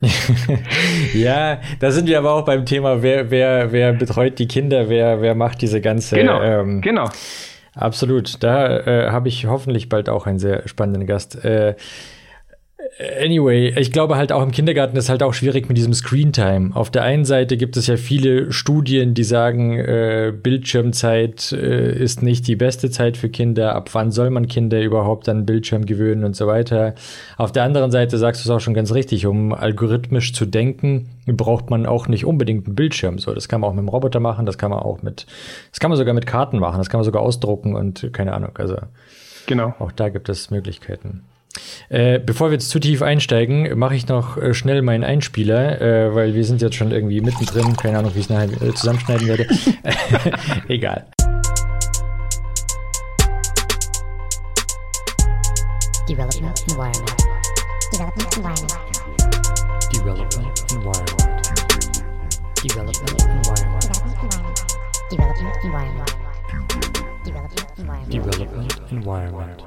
Ja, da sind wir aber auch beim Thema, wer betreut die Kinder, wer macht diese ganze. Genau. Absolut. Da habe ich hoffentlich bald auch einen sehr spannenden Gast. Anyway, ich glaube halt auch im Kindergarten ist halt auch schwierig mit diesem Screentime. Auf der einen Seite gibt es ja viele Studien, die sagen, Bildschirmzeit ist nicht die beste Zeit für Kinder. Ab wann soll man Kinder überhaupt an Bildschirm gewöhnen und so weiter. Auf der anderen Seite sagst du es auch schon ganz richtig, um algorithmisch zu denken, braucht man auch nicht unbedingt einen Bildschirm. So, das kann man auch mit dem Roboter machen, das kann man sogar mit Karten machen, das kann man sogar ausdrucken und keine Ahnung. Also genau. Auch da gibt es Möglichkeiten. Bevor wir jetzt zu tief einsteigen, mache ich noch schnell meinen Einspieler, weil wir sind jetzt schon irgendwie mittendrin. Keine Ahnung, wie ich es nachher zusammenschneiden werde. Egal. Development environment. Development environment. Development environment. Development environment. Development environment. Development environment. Development environment.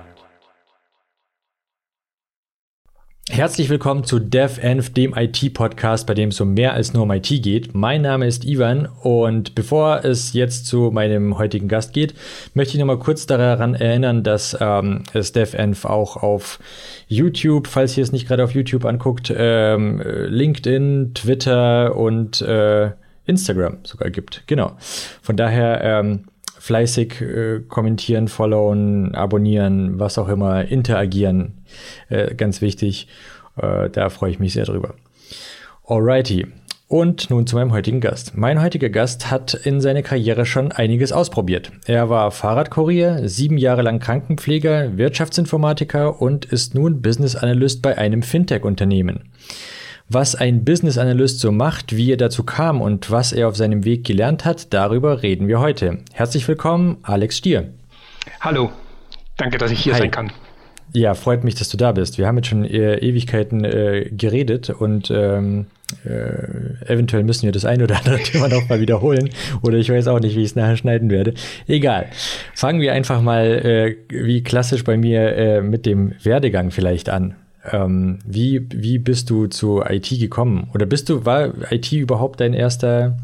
Herzlich willkommen zu DevEnv, dem IT-Podcast, bei dem es um mehr als nur um IT geht. Mein Name ist Ivan und bevor es jetzt zu meinem heutigen Gast geht, möchte ich nochmal kurz daran erinnern, dass es DevEnv auch auf YouTube, falls ihr es nicht gerade auf YouTube anguckt, LinkedIn, Twitter und Instagram sogar gibt. Genau. Von daher fleißig kommentieren, followen, abonnieren, was auch immer, interagieren. Ganz wichtig. Da freue ich mich sehr drüber. Alrighty. Und nun zu meinem heutigen Gast. Mein heutiger Gast hat in seiner Karriere schon einiges ausprobiert. Er war Fahrradkurier, 7 Jahre lang Krankenpfleger, Wirtschaftsinformatiker und ist nun Business Analyst bei einem Fintech-Unternehmen. Was ein Business Analyst so macht, wie er dazu kam und was er auf seinem Weg gelernt hat, darüber reden wir heute. Herzlich willkommen, Alex Stier. Hallo, danke, dass ich hier sein kann. Ja, freut mich, dass du da bist. Wir haben jetzt schon Ewigkeiten geredet und eventuell müssen wir das ein oder andere Thema noch mal wiederholen oder ich weiß auch nicht, wie ich es nachher schneiden werde. Egal. Fangen wir einfach mal, wie klassisch bei mir, mit dem Werdegang vielleicht an. Wie bist du zu IT gekommen? Oder war IT überhaupt dein erster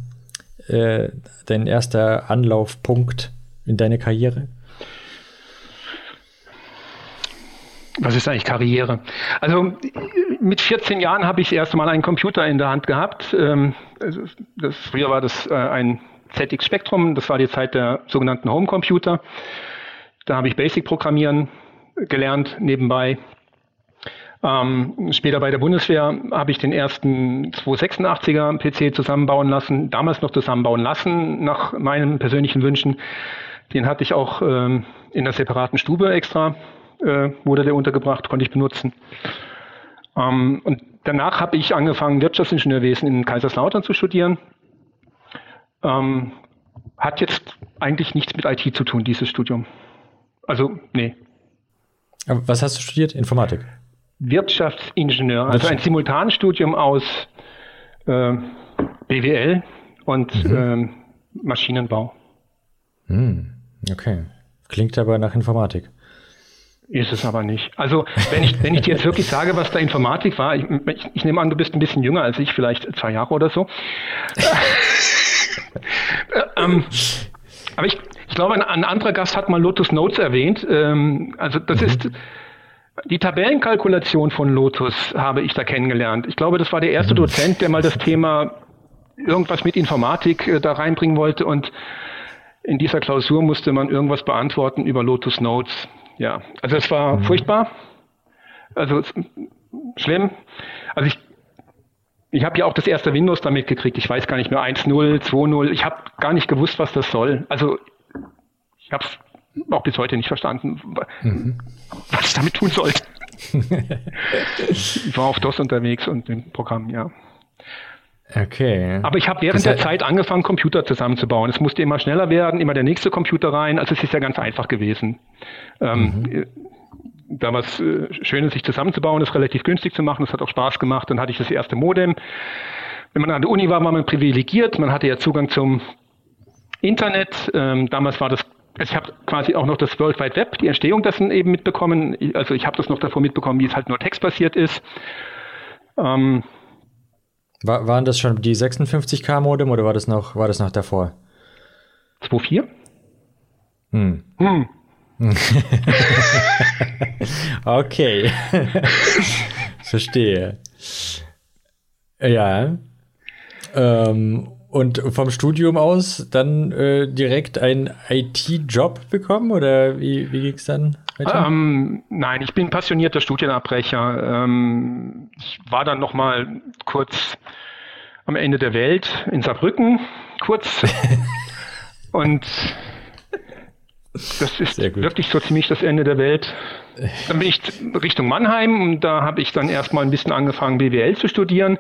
Anlaufpunkt in deine Karriere? Was ist eigentlich Karriere? Also mit 14 Jahren habe ich das erste Mal einen Computer in der Hand gehabt. Früher war das ein ZX Spectrum, das war die Zeit der sogenannten Homecomputer. Da habe ich Basic-Programmieren gelernt nebenbei. Später bei der Bundeswehr habe ich den ersten 286er PC zusammenbauen lassen, damals noch zusammenbauen lassen, nach meinen persönlichen Wünschen. Den hatte ich auch in einer separaten Stube extra, wurde der untergebracht, konnte ich benutzen. Und danach habe ich angefangen, Wirtschaftsingenieurwesen in Kaiserslautern zu studieren. Hat jetzt eigentlich nichts mit IT zu tun, dieses Studium. Also, nee. Aber was hast du studiert? Informatik? Wirtschaftsingenieur, also ein Simultanstudium aus BWL und Maschinenbau. Okay. Klingt aber nach Informatik. Ist es aber nicht. Also wenn ich dir jetzt wirklich sage, was da Informatik war, ich nehme an, du bist ein bisschen jünger als ich, vielleicht 2 Jahre oder so. Aber ich glaube, ein anderer Gast hat mal Lotus Notes erwähnt. Also das ist die Tabellenkalkulation von Lotus habe ich da kennengelernt. Ich glaube, das war der erste Dozent, der mal das Thema irgendwas mit Informatik da reinbringen wollte und in dieser Klausur musste man irgendwas beantworten über Lotus Notes. Ja, also es war furchtbar, also schlimm. Also ich habe ja auch das erste Windows damit gekriegt. Ich weiß gar nicht mehr, 1.0, 2.0. Ich habe gar nicht gewusst, was das soll. Also ich habe es auch bis heute nicht verstanden, was ich damit tun sollte. Ich war auf DOS unterwegs und im Programm, ja. Okay. Aber ich habe während der Zeit angefangen, Computer zusammenzubauen. Es musste immer schneller werden, immer der nächste Computer rein. Also es ist ja ganz einfach gewesen. Da war es schön, sich zusammenzubauen, das relativ günstig zu machen. Das hat auch Spaß gemacht. Dann hatte ich das erste Modem. Wenn man an der Uni war, war man privilegiert. Man hatte ja Zugang zum Internet. Damals war das, ich habe quasi auch noch das World Wide Web, die Entstehung dessen eben mitbekommen. Also ich habe das noch davor mitbekommen, wie es halt nur textbasiert ist. Waren das schon die 56K Modem oder war das noch davor? 2.4? Okay. Verstehe. Ja. Und vom Studium aus dann direkt einen IT-Job bekommen oder wie ging es dann weiter? Nein, ich bin passionierter Studienabbrecher. Ich war dann noch mal kurz am Ende der Welt in Saarbrücken, kurz. Und das ist wirklich so ziemlich das Ende der Welt. Dann bin ich Richtung Mannheim und da habe ich dann erstmal ein bisschen angefangen, BWL zu studieren.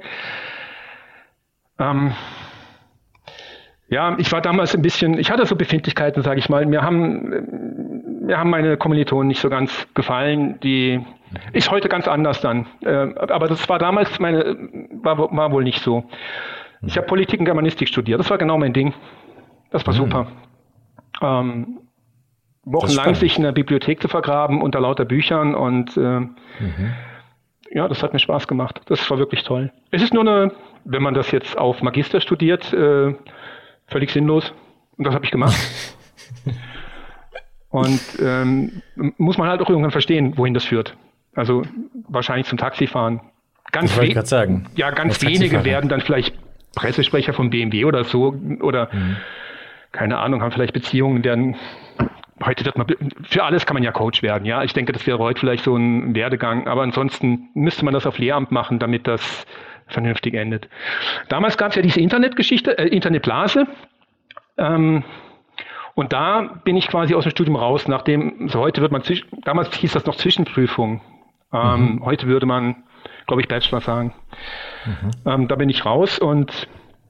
Ja, ich war damals ich hatte so Befindlichkeiten, sage ich mal. Mir haben meine Kommilitonen nicht so ganz gefallen. Die ist heute ganz anders dann. Aber das war damals war wohl nicht so. Ich habe Politik und Germanistik studiert. Das war genau mein Ding. Das war super. Wochenlang sich in der Bibliothek zu vergraben unter lauter Büchern und ja, das hat mir Spaß gemacht. Das war wirklich toll. Es ist nur wenn man das jetzt auf Magister studiert, völlig sinnlos. Und das habe ich gemacht. Und muss man halt auch irgendwann verstehen, wohin das führt. Also wahrscheinlich zum Taxifahren. Das wollte ich gerade sagen. Ja, ganz wenige werden dann vielleicht Pressesprecher von BMW oder so oder keine Ahnung, haben vielleicht Beziehungen, heute wird man, für alles kann man ja Coach werden, ja. Ich denke, das wäre heute vielleicht so ein Werdegang, aber ansonsten müsste man das auf Lehramt machen, damit das vernünftig endet. Damals gab es ja diese Internetblase, und da bin ich quasi aus dem Studium raus, damals hieß das noch Zwischenprüfung, heute würde man, glaube ich, Bachelor sagen. Da bin ich raus und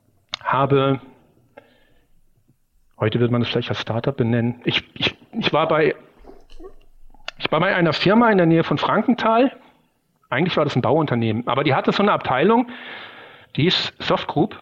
heute wird man das vielleicht als Startup benennen. Ich war bei einer Firma in der Nähe von Frankenthal. Eigentlich war das ein Bauunternehmen, aber die hatte so eine Abteilung, die ist Soft Group.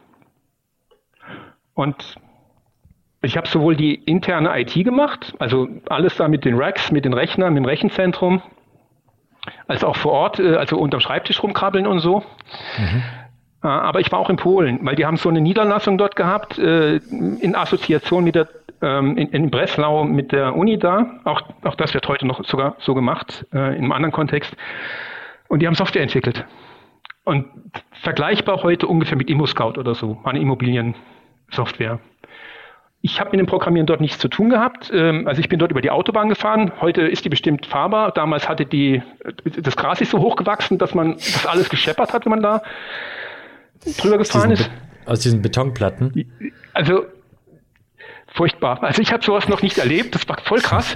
Und ich habe sowohl die interne IT gemacht, also alles da mit den Racks, mit den Rechnern, mit dem Rechenzentrum, als auch vor Ort, also unterm Schreibtisch rumkrabbeln und so. Aber ich war auch in Polen, weil die haben so eine Niederlassung dort gehabt, in Assoziation mit in Breslau mit der Uni da. Auch das wird heute noch sogar so gemacht, in einem anderen Kontext. Und die haben Software entwickelt. Und vergleichbar heute ungefähr mit ImmoScout oder so, eine Immobiliensoftware. Ich habe mit dem Programmieren dort nichts zu tun gehabt. Also ich bin dort über die Autobahn gefahren. Heute ist die bestimmt fahrbar. Damals hatte das Gras ist so hoch gewachsen, dass man das alles gescheppert hat, wenn man da drüber gefahren ist. Aus diesen Betonplatten? Also furchtbar. Also ich habe sowas noch nicht erlebt. Das war voll krass.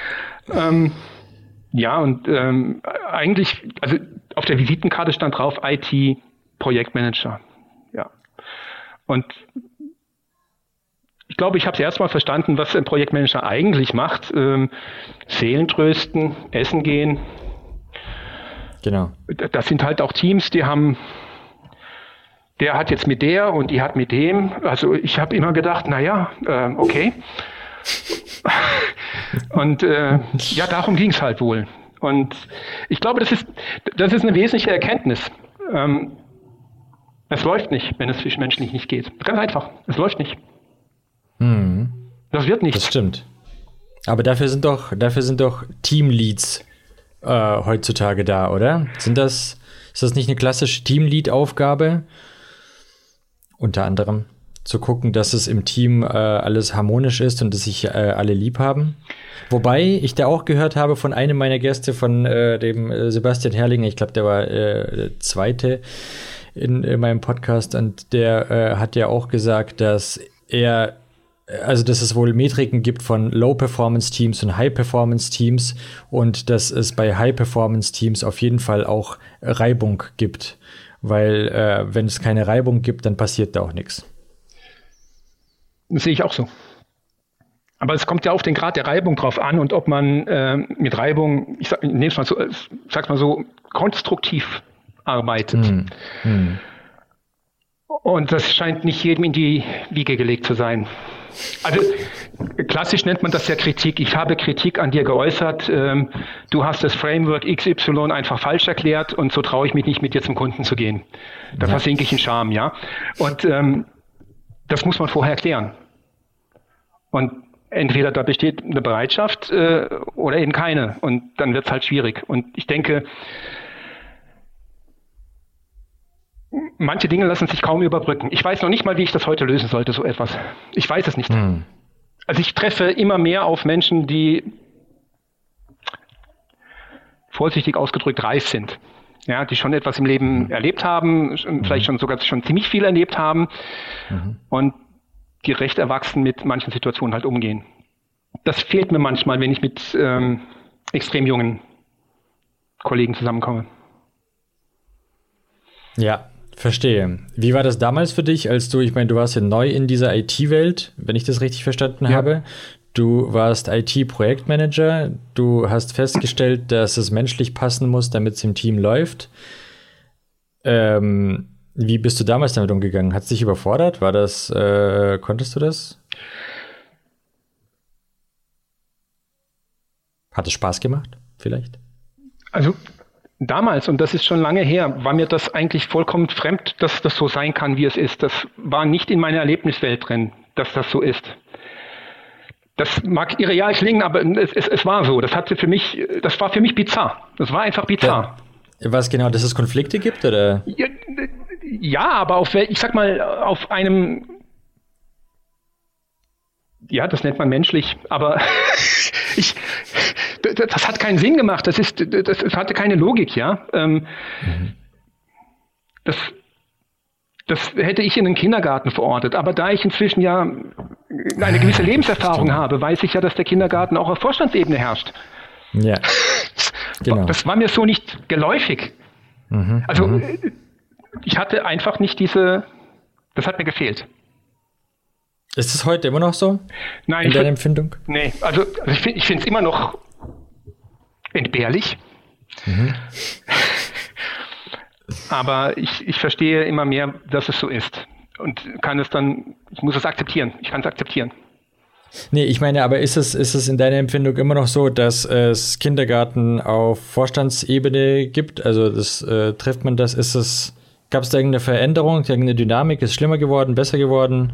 Ja, und eigentlich, also auf der Visitenkarte stand drauf IT-Projektmanager. Ja. Und ich glaube, ich habe es erstmal verstanden, was ein Projektmanager eigentlich macht. Seelen trösten, essen gehen. Genau. Das sind halt auch Teams, der hat jetzt mit der und die hat mit dem. Also ich habe immer gedacht, okay. Und ja, darum ging es halt wohl. Und ich glaube, das ist eine wesentliche Erkenntnis. Es läuft nicht, wenn es zwischenmenschlich nicht geht. Ganz einfach, es läuft nicht. Das wird nicht. Das stimmt. Aber dafür sind doch Teamleads heutzutage da, oder? Ist das nicht eine klassische Teamlead-Aufgabe? Unter anderem zu gucken, dass es im Team alles harmonisch ist und dass sich alle lieb haben. Wobei ich da auch gehört habe von einem meiner Gäste, von dem Sebastian Herrlinger, ich glaube, der war der zweite in meinem Podcast, und der hat ja auch gesagt, dass es wohl Metriken gibt von Low-Performance-Teams und High-Performance-Teams und dass es bei High-Performance-Teams auf jeden Fall auch Reibung gibt. Weil wenn es keine Reibung gibt, dann passiert da auch nichts. Das sehe ich auch so. Aber es kommt ja auf den Grad der Reibung drauf an und ob man mit Reibung, sag's mal so, konstruktiv arbeitet. Und das scheint nicht jedem in die Wiege gelegt zu sein. Also klassisch nennt man das ja Kritik. Ich habe Kritik an dir geäußert. Du hast das Framework XY einfach falsch erklärt und so traue ich mich nicht, mit dir zum Kunden zu gehen. Da versinke ich in Scham, ja. Und das muss man vorher erklären. Und entweder da besteht eine Bereitschaft oder eben keine. Und dann wird es halt schwierig. Und ich denke, manche Dinge lassen sich kaum überbrücken. Ich weiß noch nicht mal, wie ich das heute lösen sollte, so etwas. Ich weiß es nicht. Also ich treffe immer mehr auf Menschen, die vorsichtig ausgedrückt reif sind. Ja, die schon etwas im Leben erlebt haben, vielleicht schon ziemlich viel erlebt haben und die recht erwachsen mit manchen Situationen halt umgehen. Das fehlt mir manchmal, wenn ich mit extrem jungen Kollegen zusammenkomme. Ja, verstehe. Wie war das damals für dich, als du, ich meine, du warst ja neu in dieser IT-Welt, wenn ich das richtig verstanden habe. Du warst IT-Projektmanager, du hast festgestellt, dass es menschlich passen muss, damit es im Team läuft. Wie bist du damals damit umgegangen? Hat es dich überfordert? War das, konntest du das? Hat es Spaß gemacht, vielleicht? Also damals, und das ist schon lange her, war mir das eigentlich vollkommen fremd, dass das so sein kann, wie es ist. Das war nicht in meiner Erlebniswelt drin, dass das so ist. Das mag irreal klingen, aber es war so. Das war für mich bizarr. Das war einfach bizarr. Was genau, dass es Konflikte gibt, oder? Ja, aber ich sag mal, auf einem, ja, das nennt man menschlich, aber das hat keinen Sinn gemacht. Das hatte keine Logik, ja. Das hätte ich in den Kindergarten verortet. Aber da ich inzwischen ja eine gewisse Lebenserfahrung habe, weiß ich ja, dass der Kindergarten auch auf Vorstandsebene herrscht. Ja, genau. Das war mir so nicht geläufig. Also ich hatte einfach nicht das hat mir gefehlt. Ist es heute immer noch so? Nein. In deiner Empfindung? Nee, also ich finde es immer noch entbehrlich. Aber ich verstehe immer mehr, dass es so ist. Und ich muss es akzeptieren. Ich kann es akzeptieren. Nee, ich meine, aber ist es in deiner Empfindung immer noch so, dass es Kindergarten auf Vorstandsebene gibt? Also trifft man das? Gab es da irgendeine Veränderung, irgendeine Dynamik? Ist es schlimmer geworden, besser geworden?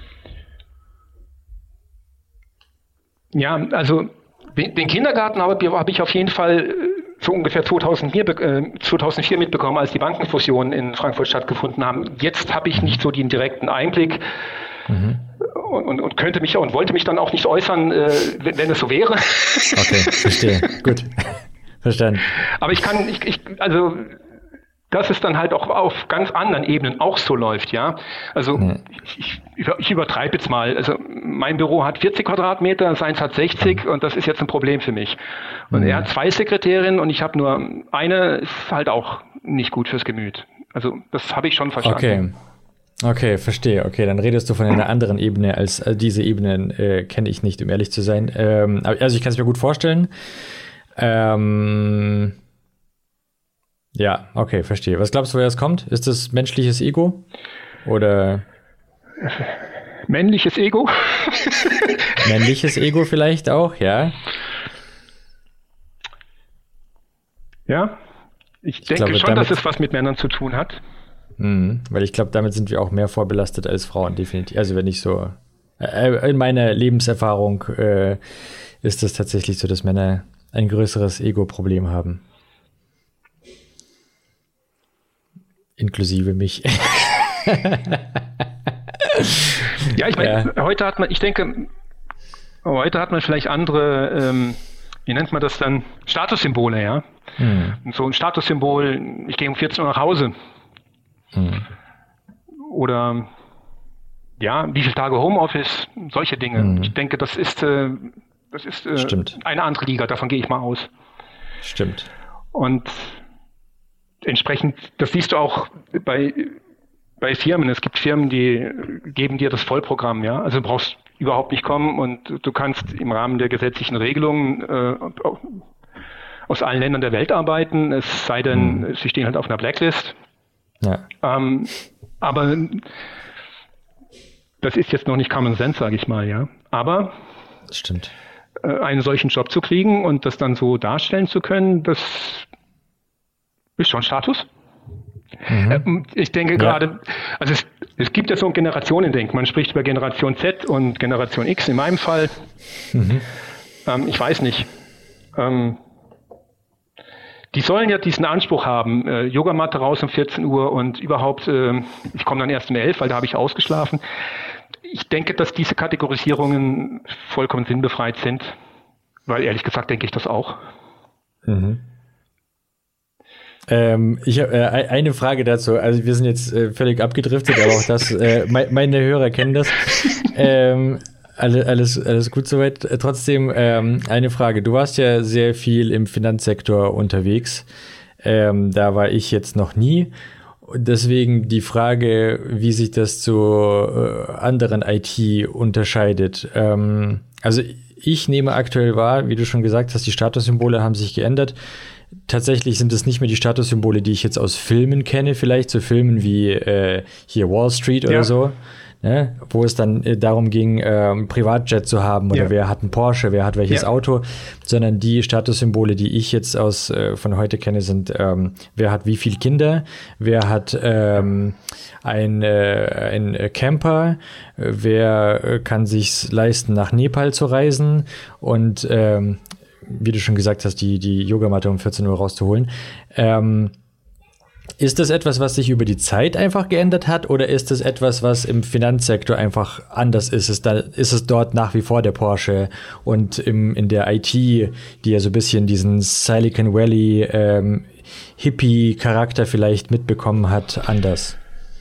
Ja, also den Kindergarten habe ich auf jeden Fall so ungefähr 2004 mitbekommen, als die Bankenfusionen in Frankfurt stattgefunden haben. Jetzt habe ich nicht so den direkten Einblick und könnte mich und wollte mich dann auch nicht äußern, wenn es so wäre. Okay, verstehe. Gut. Verstanden. Aber also dass es dann halt auch auf ganz anderen Ebenen auch so läuft, ja. Also ich übertreibe jetzt mal. Also mein Büro hat 40 Quadratmeter, seins hat 60 und das ist jetzt ein Problem für mich. Und er hat 2 Sekretärinnen und ich habe nur eine, ist halt auch nicht gut fürs Gemüt. Also das habe ich schon verstanden. Okay, verstehe. Okay, dann redest du von einer anderen Ebene, als diese Ebenen kenne ich nicht, um ehrlich zu sein. Also ich kann es mir gut vorstellen. Ja, okay, verstehe. Was glaubst du, woher es kommt? Ist das menschliches Ego? Oder? Männliches Ego? Männliches Ego vielleicht auch, ja. Ja, ich denke schon, dass es was mit Männern zu tun hat. Weil ich glaube, damit sind wir auch mehr vorbelastet als Frauen, definitiv. Also wenn ich so, in meiner Lebenserfahrung ist es tatsächlich so, dass Männer ein größeres Ego-Problem haben. Inklusive mich. Ja, ich meine, heute hat man vielleicht andere, wie nennt man das dann? Statussymbole, ja. Und so ein Statussymbol, ich gehe um 14 Uhr nach Hause. Oder ja, wie viele Tage Homeoffice, solche Dinge. Ich denke, das ist eine andere Liga, davon gehe ich mal aus. Stimmt. Und entsprechend, das siehst du auch bei Firmen. Es gibt Firmen, die geben dir das Vollprogramm, ja. Also du brauchst überhaupt nicht kommen und du kannst im Rahmen der gesetzlichen Regelungen aus allen Ländern der Welt arbeiten, es sei denn, sie stehen halt auf einer Blacklist. Ja. Aber Das ist jetzt noch nicht Common Sense, sage ich mal, ja. Aber Das stimmt. einen solchen Job zu kriegen und das dann so darstellen zu können, das ist schon Status. Ich denke gerade, also es gibt ja so ein Generationendenken. Man spricht über Generation Z und Generation X. In meinem Fall, ich weiß nicht. Die sollen ja diesen Anspruch haben, Yogamatte raus um 14 Uhr und überhaupt, ich komme dann erst um 11, weil da habe ich ausgeschlafen. Ich denke, dass diese Kategorisierungen vollkommen sinnbefreit sind, weil ehrlich gesagt denke ich das auch. Ich habe eine Frage dazu. Also wir sind jetzt völlig abgedriftet, aber auch das, meine Hörer kennen das. Alles gut soweit. Trotzdem eine Frage. Du warst ja sehr viel im Finanzsektor unterwegs. Da war ich jetzt noch nie. Deswegen die Frage, wie sich das zu anderen IT unterscheidet. Also ich nehme aktuell wahr, wie du schon gesagt hast, die Statussymbole haben sich geändert. Tatsächlich sind es nicht mehr die Statussymbole, die ich jetzt aus Filmen kenne, vielleicht so Filmen wie hier Wall Street oder so, ne? Wo es dann darum ging, Privatjet zu haben oder wer hat einen Porsche, wer hat welches Auto, sondern die Statussymbole, die ich jetzt von heute kenne, sind wer hat wie viele Kinder, wer hat ein Camper, wer kann sich leisten, nach Nepal zu reisen und wie du schon gesagt hast, die Yogamatte um 14 Uhr rauszuholen. Ist das etwas, was sich über die Zeit einfach geändert hat oder ist das etwas, was im Finanzsektor einfach anders ist? Ist es dort nach wie vor der Porsche und in der IT, die ja so ein bisschen diesen Silicon Valley Hippie-Charakter vielleicht mitbekommen hat, anders?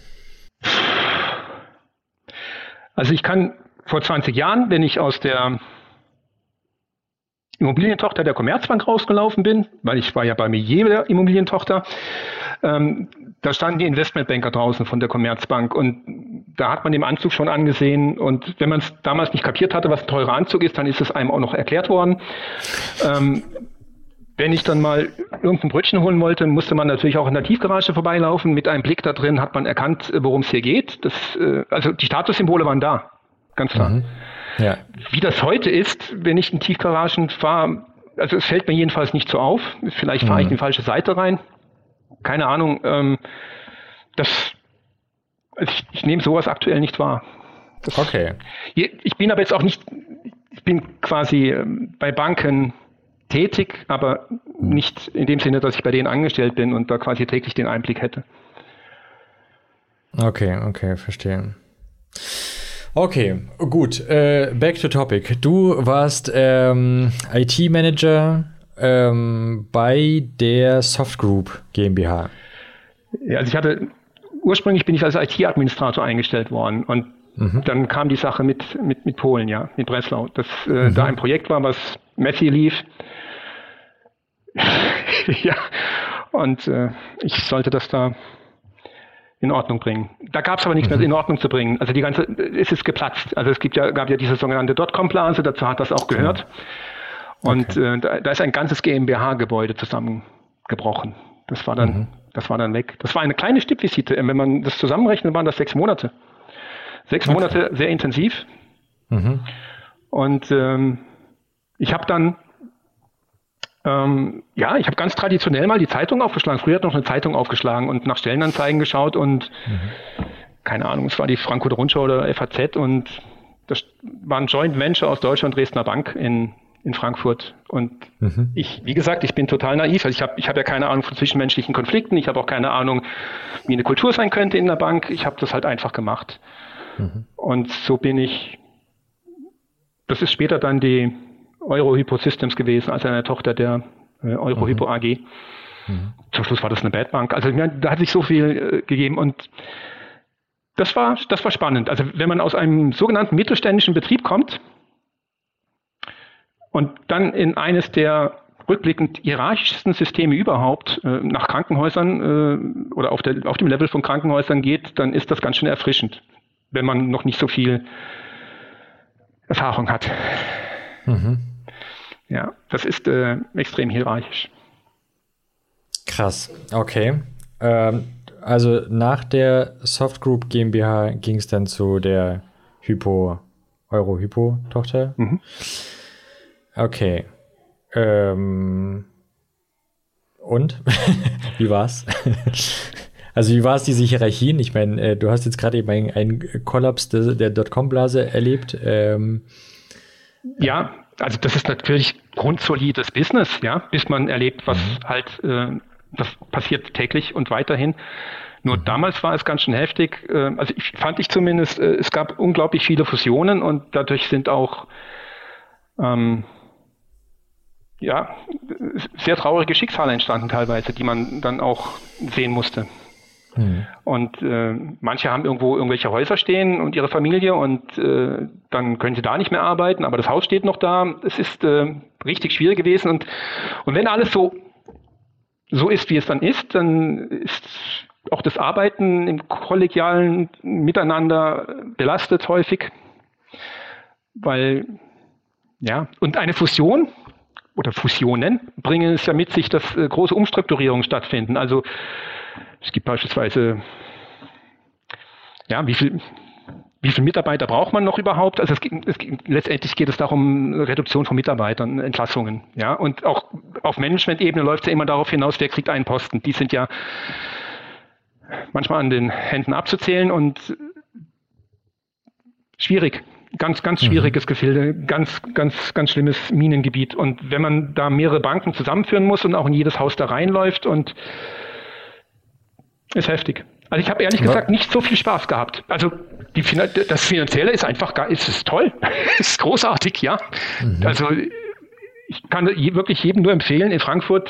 Also ich kann vor 20 Jahren, wenn ich aus der Immobilientochter der Commerzbank rausgelaufen bin, weil ich war ja bei mir der Immobilientochter, da standen die Investmentbanker draußen von der Commerzbank und da hat man den Anzug schon angesehen und wenn man es damals nicht kapiert hatte, was ein teurer Anzug ist, dann ist es einem auch noch erklärt worden. Wenn ich dann mal irgendein Brötchen holen wollte, musste man natürlich auch in der Tiefgarage vorbeilaufen. Mit einem Blick da drin hat man erkannt, worum es hier geht. Also die Statussymbole waren da, ganz klar. Ja. Wie das heute ist, wenn ich in Tiefgaragen fahre, also es fällt mir jedenfalls nicht so auf. Vielleicht fahre ich in die falsche Seite rein. Keine Ahnung. Ich nehme sowas aktuell nicht wahr. Okay. Ich bin aber jetzt auch nicht, ich bin quasi bei Banken tätig, aber nicht in dem Sinne, dass ich bei denen angestellt bin und da quasi täglich den Einblick hätte. Okay, verstehe. Okay, gut. Back to topic. Du warst IT-Manager bei der Soft Group GmbH. Ja, also ursprünglich bin ich als IT-Administrator eingestellt worden und dann kam die Sache mit Polen, ja, mit Breslau, dass da ein Projekt war, was messy lief. Ja, und ich sollte das da in Ordnung bringen. Da gab es aber nichts mehr in Ordnung zu bringen. Also es ist geplatzt. Also gab ja diese sogenannte Dotcom-Blase, dazu hat das auch gehört. Und da ist ein ganzes GmbH-Gebäude zusammengebrochen. Das war dann weg. Das war eine kleine Stippvisite. Wenn man das zusammenrechnet, waren das 6 Monate. 6 Monate sehr intensiv. Und ich habe dann ich habe ganz traditionell mal die Zeitung aufgeschlagen. Früher hat noch eine Zeitung aufgeschlagen und nach Stellenanzeigen geschaut und keine Ahnung, es war die Frankfurter Rundschau oder FAZ und das war ein Joint Venture aus Deutscher und Dresdner Bank in Frankfurt. Und wie gesagt, ich bin total naiv. Also ich hab ja keine Ahnung von zwischenmenschlichen Konflikten. Ich habe auch keine Ahnung, wie eine Kultur sein könnte in der Bank. Ich habe das halt einfach gemacht. Und so das ist später dann die Eurohypo Systems gewesen, also eine Tochter der Eurohypo AG. Zum Schluss war das eine Bad Bank. Also da hat sich so viel gegeben und das war spannend. Also wenn man aus einem sogenannten mittelständischen Betrieb kommt und dann in eines der rückblickend hierarchischsten Systeme überhaupt nach Krankenhäusern oder auf dem Level von Krankenhäusern geht, dann ist das ganz schön erfrischend, wenn man noch nicht so viel Erfahrung hat. Ja, das ist extrem hierarchisch. Krass, okay. Also nach der Soft Group GmbH ging es dann zu der Euro-Hypo-Tochter. Mhm. Okay. Und? Wie war's? Also wie war es, diese Hierarchien? Ich meine, du hast jetzt gerade eben einen Kollaps der Dotcom-Blase erlebt. Ja, also das ist natürlich grundsolides Business, ja, bis man erlebt, was halt, das passiert täglich und weiterhin. Nur damals war es ganz schön heftig. Also fand ich zumindest, es gab unglaublich viele Fusionen und dadurch sind auch sehr traurige Schicksale entstanden teilweise, die man dann auch sehen musste. Und manche haben irgendwelche Häuser stehen und ihre Familie und dann können sie da nicht mehr arbeiten, aber das Haus steht noch da. Es ist richtig schwierig gewesen und wenn alles so ist, wie es dann ist auch das Arbeiten im kollegialen Miteinander belastet häufig, weil und eine Fusion oder Fusionen bringen es ja mit sich, dass große Umstrukturierungen stattfinden. Also es gibt beispielsweise, wie viel Mitarbeiter braucht man noch überhaupt? Also letztendlich geht es darum, Reduktion von Mitarbeitern, Entlassungen. Ja, und auch auf Management-Ebene läuft es ja immer darauf hinaus, wer kriegt einen Posten. Die sind ja manchmal an den Händen abzuzählen und schwierig. Ganz, ganz schwieriges Gefilde, ganz, ganz, ganz schlimmes Minengebiet. Und wenn man da mehrere Banken zusammenführen muss und auch in jedes Haus da reinläuft und ist heftig. Also ich habe ehrlich gesagt nicht so viel Spaß gehabt. Also das Finanzielle ist einfach ist toll. Ist großartig, ja. Also ich kann wirklich jedem nur empfehlen, in Frankfurt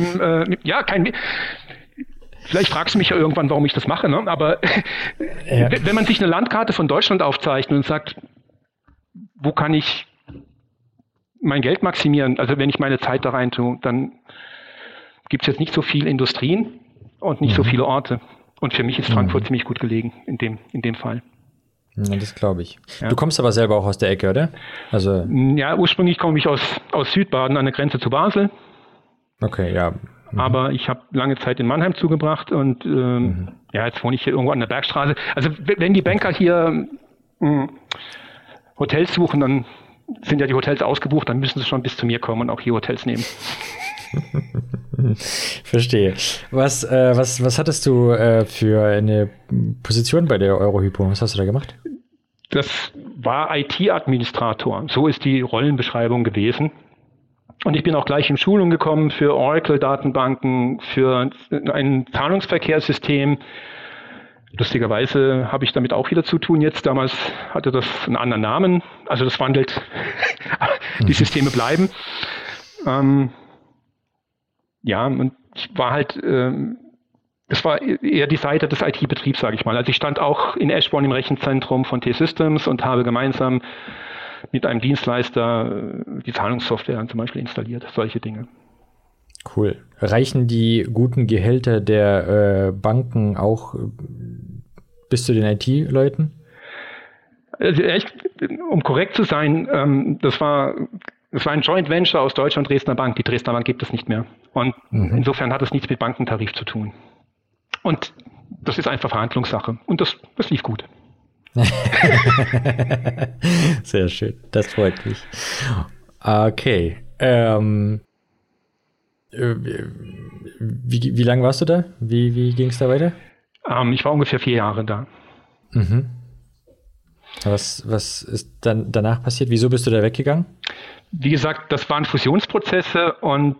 vielleicht fragst du mich ja irgendwann, warum ich das mache, ne? Aber wenn man sich eine Landkarte von Deutschland aufzeichnet und sagt, wo kann ich mein Geld maximieren, also wenn ich meine Zeit da rein tue, dann gibt es jetzt nicht so viele Industrien und nicht so viele Orte. Und für mich ist Frankfurt ziemlich gut gelegen in dem Fall. Ja, das glaube ich. Ja. Du kommst aber selber auch aus der Ecke, oder? Also ja, ursprünglich komme ich aus Südbaden an der Grenze zu Basel. Okay, ja. Aber ich habe lange Zeit in Mannheim zugebracht und jetzt wohne ich hier irgendwo an der Bergstraße. Also wenn die Banker hier Hotels suchen, dann sind ja die Hotels ausgebucht, dann müssen sie schon bis zu mir kommen und auch hier Hotels nehmen. Verstehe. Was hattest du für eine Position bei der Eurohypo? Was hast du da gemacht? Das war IT-Administrator. So ist die Rollenbeschreibung gewesen. Und ich bin auch gleich in Schulung gekommen für Oracle-Datenbanken, für ein Zahlungsverkehrssystem. Lustigerweise habe ich damit auch wieder zu tun jetzt. Damals hatte das einen anderen Namen. Also das wandelt. Die Systeme bleiben. Und ich war halt, das war eher die Seite des IT-Betriebs, sage ich mal. Also ich stand auch in Eschborn im Rechenzentrum von T-Systems und habe gemeinsam mit einem Dienstleister die Zahlungssoftware zum Beispiel installiert, solche Dinge. Cool. Reichen die guten Gehälter der Banken auch bis zu den IT-Leuten? Also echt, um korrekt zu sein, das war ein Joint Venture aus Deutscher und Dresdner Bank. Die Dresdner Bank gibt es nicht mehr. Und insofern hat es nichts mit Bankentarif zu tun. Und das ist einfach Verhandlungssache. Und das lief gut. Sehr schön. Das freut mich. Okay. Wie lange warst du da? Wie ging es da weiter? Ich war ungefähr 4 Jahre da. Was ist dann danach passiert? Wieso bist du da weggegangen? Wie gesagt, das waren Fusionsprozesse und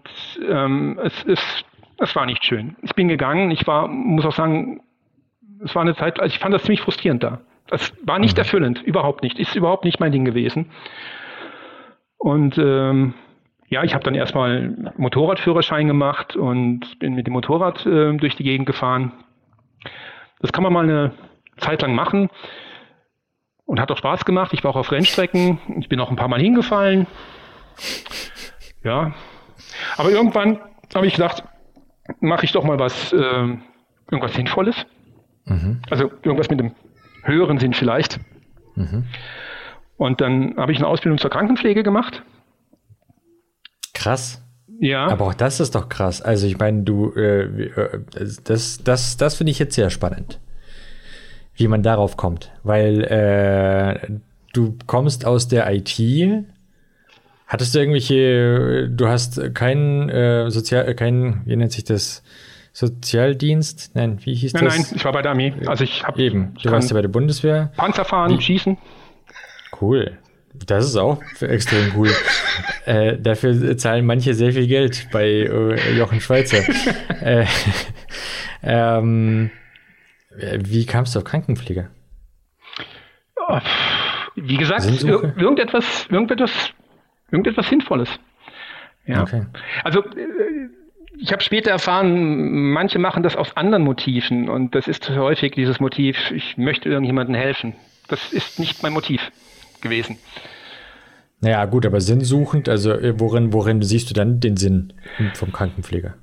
es war nicht schön. Ich bin gegangen. Muss auch sagen, es war eine Zeit, also ich fand das ziemlich frustrierend da. Das war nicht erfüllend, überhaupt nicht. Ist überhaupt nicht mein Ding gewesen. Und ich habe dann erstmal Motorradführerschein gemacht und bin mit dem Motorrad durch die Gegend gefahren. Das kann man mal eine Zeit lang machen und hat auch Spaß gemacht. Ich war auch auf Rennstrecken. Ich bin auch ein paar Mal hingefallen. Ja, aber irgendwann habe ich gedacht, mache ich doch mal irgendwas Sinnvolles. Also irgendwas mit einem höheren Sinn vielleicht. Und dann habe ich eine Ausbildung zur Krankenpflege gemacht. Krass. Ja. Aber auch das ist doch krass. Also ich meine, das finde ich jetzt sehr spannend. wie man darauf kommt. Weil du kommst aus der IT. Hattest du irgendwelche, du hast keinen wie nennt sich das? Sozialdienst? Nein, wie hieß das? Nein, ich war bei der Armee. Also du warst ja bei der Bundeswehr. Panzer fahren, schießen. Cool. Das ist auch extrem cool. Dafür zahlen manche sehr viel Geld bei Jochen Schweizer. Wie kamst du auf Krankenpflege? Wie gesagt, irgendetwas Sinnvolles. Ja. Okay. Also ich habe später erfahren, manche machen das aus anderen Motiven und das ist häufig dieses Motiv, ich möchte irgendjemandem helfen. Das ist nicht mein Motiv gewesen. Naja, gut, aber sinnsuchend, also worin siehst du dann den Sinn vom Krankenpfleger?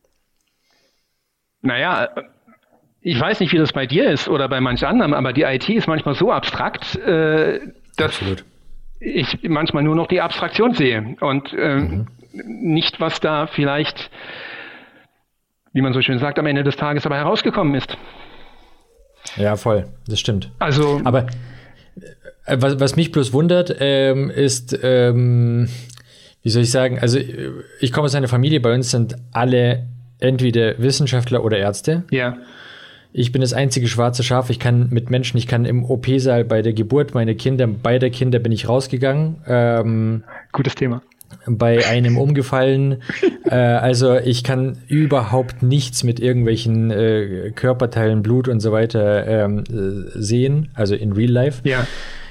Naja, ich weiß nicht, wie das bei dir ist oder bei manch anderem, aber die IT ist manchmal so abstrakt, dass Absolut. Ich manchmal nur noch die Abstraktion sehe und nicht, was da vielleicht, wie man so schön sagt, am Ende des Tages aber herausgekommen ist. Ja, voll, das stimmt. Also, aber was mich bloß wundert, ist, wie soll ich sagen, also ich komme aus einer Familie, bei uns sind alle entweder Wissenschaftler oder Ärzte. Ja. Ich bin das einzige schwarze Schaf. Ich kann im OP-Saal bei der Geburt beider Kinder bin ich rausgegangen. Gutes Thema. Bei einem umgefallen. Also ich kann überhaupt nichts mit irgendwelchen Körperteilen, Blut und so weiter sehen, also in Real Life. Ja.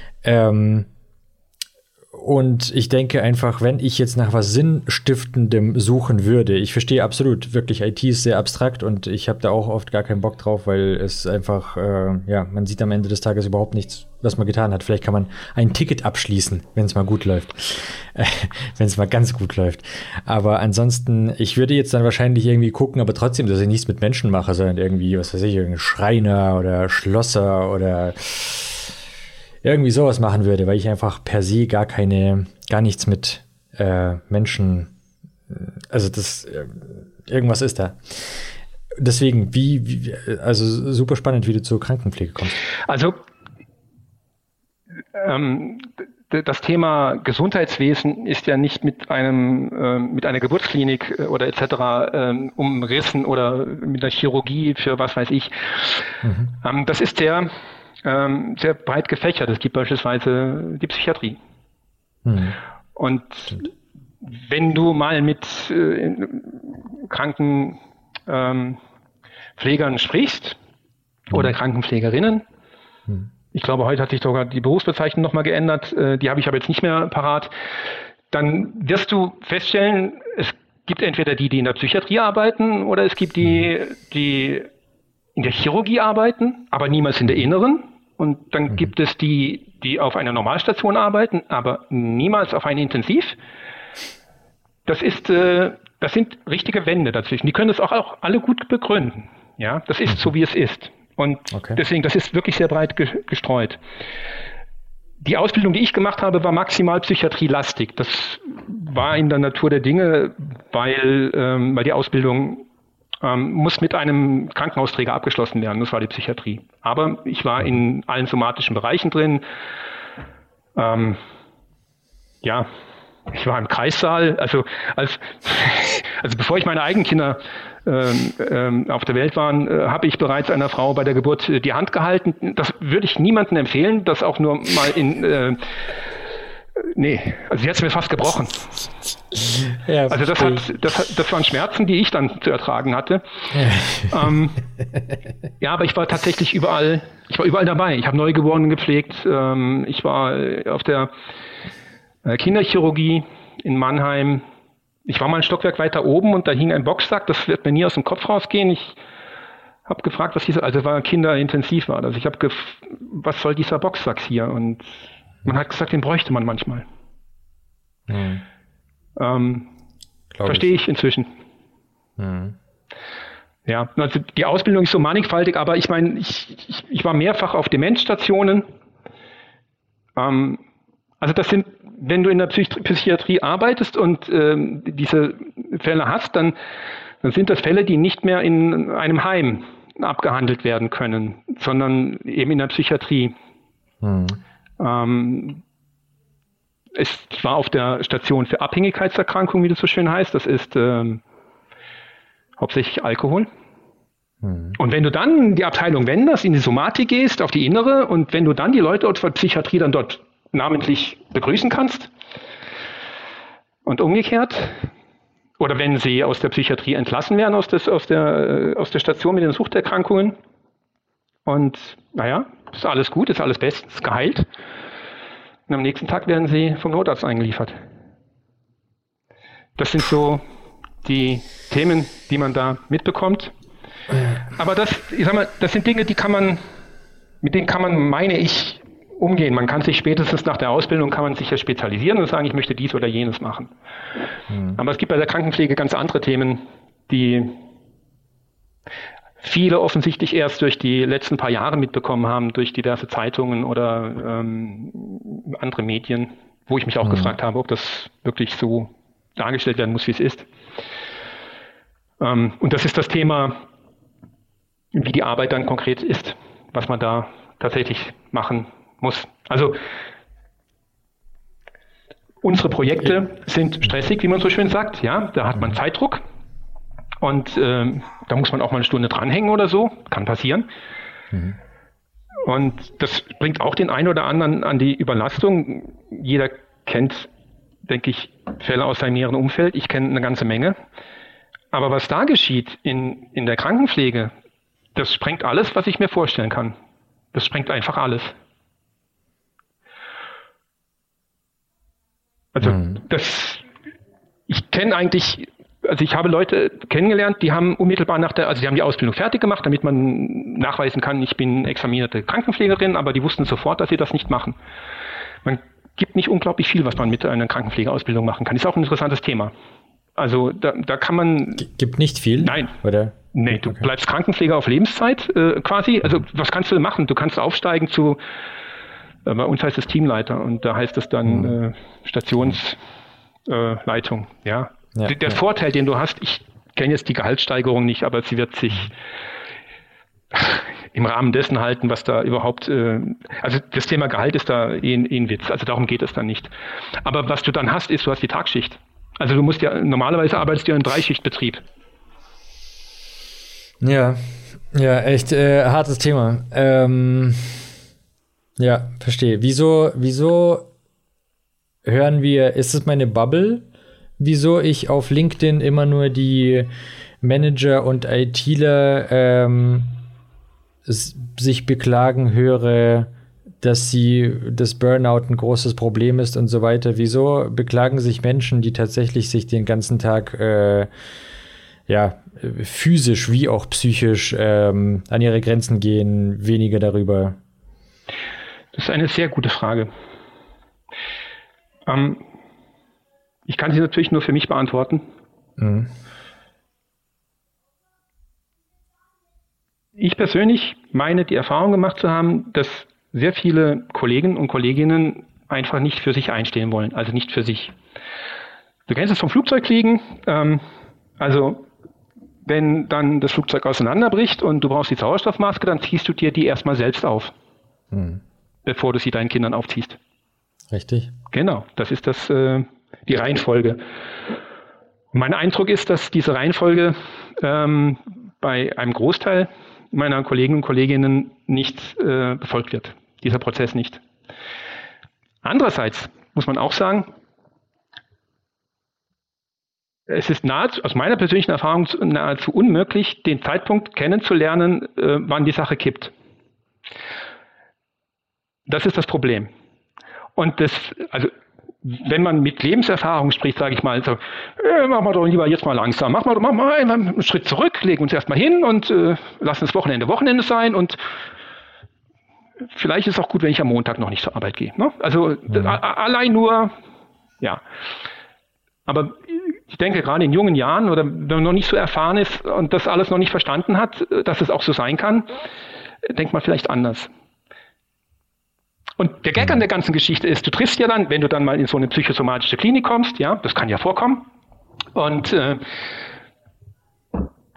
Und ich denke einfach, wenn ich jetzt nach was Sinnstiftendem suchen würde, ich verstehe absolut, wirklich, IT ist sehr abstrakt und ich habe da auch oft gar keinen Bock drauf, weil es einfach, man sieht am Ende des Tages überhaupt nichts, was man getan hat. Vielleicht kann man ein Ticket abschließen, wenn es mal gut läuft. Wenn es mal ganz gut läuft. Aber ansonsten, ich würde jetzt dann wahrscheinlich irgendwie gucken, aber trotzdem, dass ich nichts mit Menschen mache, sondern irgendwie, was weiß ich, irgendein Schreiner oder Schlosser oder irgendwie sowas machen würde, weil ich einfach per se gar nichts mit Menschen, also irgendwas ist da. Deswegen, also super spannend, wie du zur Krankenpflege kommst. Also das Thema Gesundheitswesen ist ja nicht mit einer Geburtsklinik oder etc. Umrissen oder mit der Chirurgie für was weiß ich. Das ist sehr breit gefächert. Es gibt beispielsweise die Psychiatrie. Und wenn du mal mit Krankenpflegern sprichst oder Krankenpflegerinnen, ich glaube, heute hat sich sogar die Berufsbezeichnung nochmal geändert, die habe ich aber jetzt nicht mehr parat, dann wirst du feststellen, es gibt entweder die in der Psychiatrie arbeiten oder es gibt die in der Chirurgie arbeiten, aber niemals in der Inneren. Und dann gibt es die auf einer Normalstation arbeiten, aber niemals auf einer Intensiv. Das sind richtige Wände dazwischen. Die können das auch alle gut begründen. Ja, das ist so, wie es ist. Und deswegen, das ist wirklich sehr breit gestreut. Die Ausbildung, die ich gemacht habe, war maximal psychiatrielastig. Das war in der Natur der Dinge, weil die Ausbildung muss mit einem Krankenhausträger abgeschlossen werden. Das war die Psychiatrie. Aber ich war in allen somatischen Bereichen drin. Ich war im Kreissaal. Also bevor ich meine eigenen Kinder auf der Welt waren, habe ich bereits einer Frau bei der Geburt die Hand gehalten. Das würde ich niemandem empfehlen, das auch nur mal also sie hat es mir fast gebrochen. Ja, also das waren Schmerzen, die ich dann zu ertragen hatte. Aber ich war tatsächlich überall dabei. Ich habe Neugeborene gepflegt. Ich war auf der Kinderchirurgie in Mannheim. Ich war mal ein Stockwerk weiter oben und da hing ein Boxsack. Das wird mir nie aus dem Kopf rausgehen. Ich habe gefragt, war kinderintensiv war das. Ich habe was soll dieser Boxsack hier? Und man hat gesagt, den bräuchte man manchmal. Verstehe ich inzwischen. Ja, also die Ausbildung ist so mannigfaltig, aber ich meine, ich war mehrfach auf Demenzstationen. Also das sind, wenn du in der Psychiatrie arbeitest und diese Fälle hast, dann sind das Fälle, die nicht mehr in einem Heim abgehandelt werden können, sondern eben in der Psychiatrie. Es war auf der Station für Abhängigkeitserkrankungen, wie das so schön heißt. Das ist hauptsächlich Alkohol. Und wenn du dann die Abteilung wendest, in die Somatik gehst, auf die Innere, und wenn du dann die Leute aus der Psychiatrie dann dort namentlich begrüßen kannst und umgekehrt, oder wenn sie aus der Psychiatrie entlassen werden, aus der Station mit den Suchterkrankungen, und naja, ist alles gut, ist alles bestens geheilt, und am nächsten Tag werden sie vom Notarzt eingeliefert. Das sind so die Themen, die man da mitbekommt. Aber das sind Dinge, mit denen kann man, meine ich, umgehen. Man kann sich spätestens nach der Ausbildung kann man sich ja spezialisieren und sagen, ich möchte dies oder jenes machen. Aber es gibt bei der Krankenpflege ganz andere Themen, die viele offensichtlich erst durch die letzten paar Jahre mitbekommen haben, durch diverse Zeitungen oder andere Medien, wo ich mich auch gefragt habe, ob das wirklich so dargestellt werden muss, wie es ist. Und das ist das Thema, wie die Arbeit dann konkret ist, was man da tatsächlich machen muss. Also unsere Projekte sind stressig, wie man so schön sagt. Ja, da hat man Zeitdruck und da muss man auch mal eine Stunde dranhängen oder so. Kann passieren. Und das bringt auch den einen oder anderen an die Überlastung. Jeder kennt, denke ich, Fälle aus seinem näheren Umfeld. Ich kenne eine ganze Menge. Aber was da geschieht in der Krankenpflege, das sprengt alles, was ich mir vorstellen kann. Das sprengt einfach alles. Also ich kenne eigentlich, also ich habe Leute kennengelernt, die haben unmittelbar die haben die Ausbildung fertig gemacht, damit man nachweisen kann, ich bin examinierte Krankenpflegerin, aber die wussten sofort, dass sie das nicht machen. Man gibt nicht unglaublich viel, was man mit einer Krankenpflegeausbildung machen kann. Ist auch ein interessantes Thema. Also da kann man... Gibt nicht viel? Nein. Oder? Nee, du bleibst Krankenpfleger auf Lebenszeit quasi. Also was kannst du machen? Du kannst aufsteigen zu, bei uns heißt es Teamleiter und da heißt es dann Stationsleitung. Ja. Der Vorteil, den du hast, ich kenne jetzt die Gehaltssteigerung nicht, aber sie wird sich im Rahmen dessen halten, was da überhaupt, also das Thema Gehalt ist da ein Witz, also darum geht es dann nicht. Aber was du dann hast, ist, du hast die Tagschicht. Also du musst normalerweise arbeitest du in einem Dreischichtbetrieb. Ja, echt hartes Thema. Ja, verstehe. Wieso hören wir, ist es meine Bubble, wieso ich auf LinkedIn immer nur die Manager und ITler sich beklagen höre, dass das Burnout ein großes Problem ist und so weiter. Wieso beklagen sich Menschen, die tatsächlich sich den ganzen Tag physisch wie auch psychisch an ihre Grenzen gehen, weniger darüber? Das ist eine sehr gute Frage. Ich kann sie natürlich nur für mich beantworten. Ich persönlich meine, die Erfahrung gemacht zu haben, dass sehr viele Kollegen und Kolleginnen einfach nicht für sich einstehen wollen, also nicht für sich. Du kennst es vom Flugzeugfliegen, also wenn dann das Flugzeug auseinanderbricht und du brauchst die Sauerstoffmaske, dann ziehst du dir die erstmal selbst auf, bevor du sie deinen Kindern aufziehst. Richtig. Genau, das ist die Reihenfolge. Mein Eindruck ist, dass diese Reihenfolge bei einem Großteil meiner Kollegen und Kolleginnen nicht befolgt wird, dieser Prozess nicht. Andererseits muss man auch sagen, es ist aus meiner persönlichen Erfahrung nahezu unmöglich, den Zeitpunkt kennenzulernen, wann die Sache kippt. Das ist das Problem. Und wenn man mit Lebenserfahrung spricht, sage ich mal, so, machen wir doch lieber jetzt mal langsam, mach mal einen Schritt zurück, legen uns erstmal hin und lassen das Wochenende sein und vielleicht ist es auch gut, wenn ich am Montag noch nicht zur Arbeit gehe. Ne? Also allein nur, ja. Aber ich denke, gerade in jungen Jahren oder wenn man noch nicht so erfahren ist und das alles noch nicht verstanden hat, dass es auch so sein kann, denkt man vielleicht anders. Und der Gag an der ganzen Geschichte ist, du triffst ja dann, wenn du dann mal in so eine psychosomatische Klinik kommst, ja, das kann ja vorkommen, und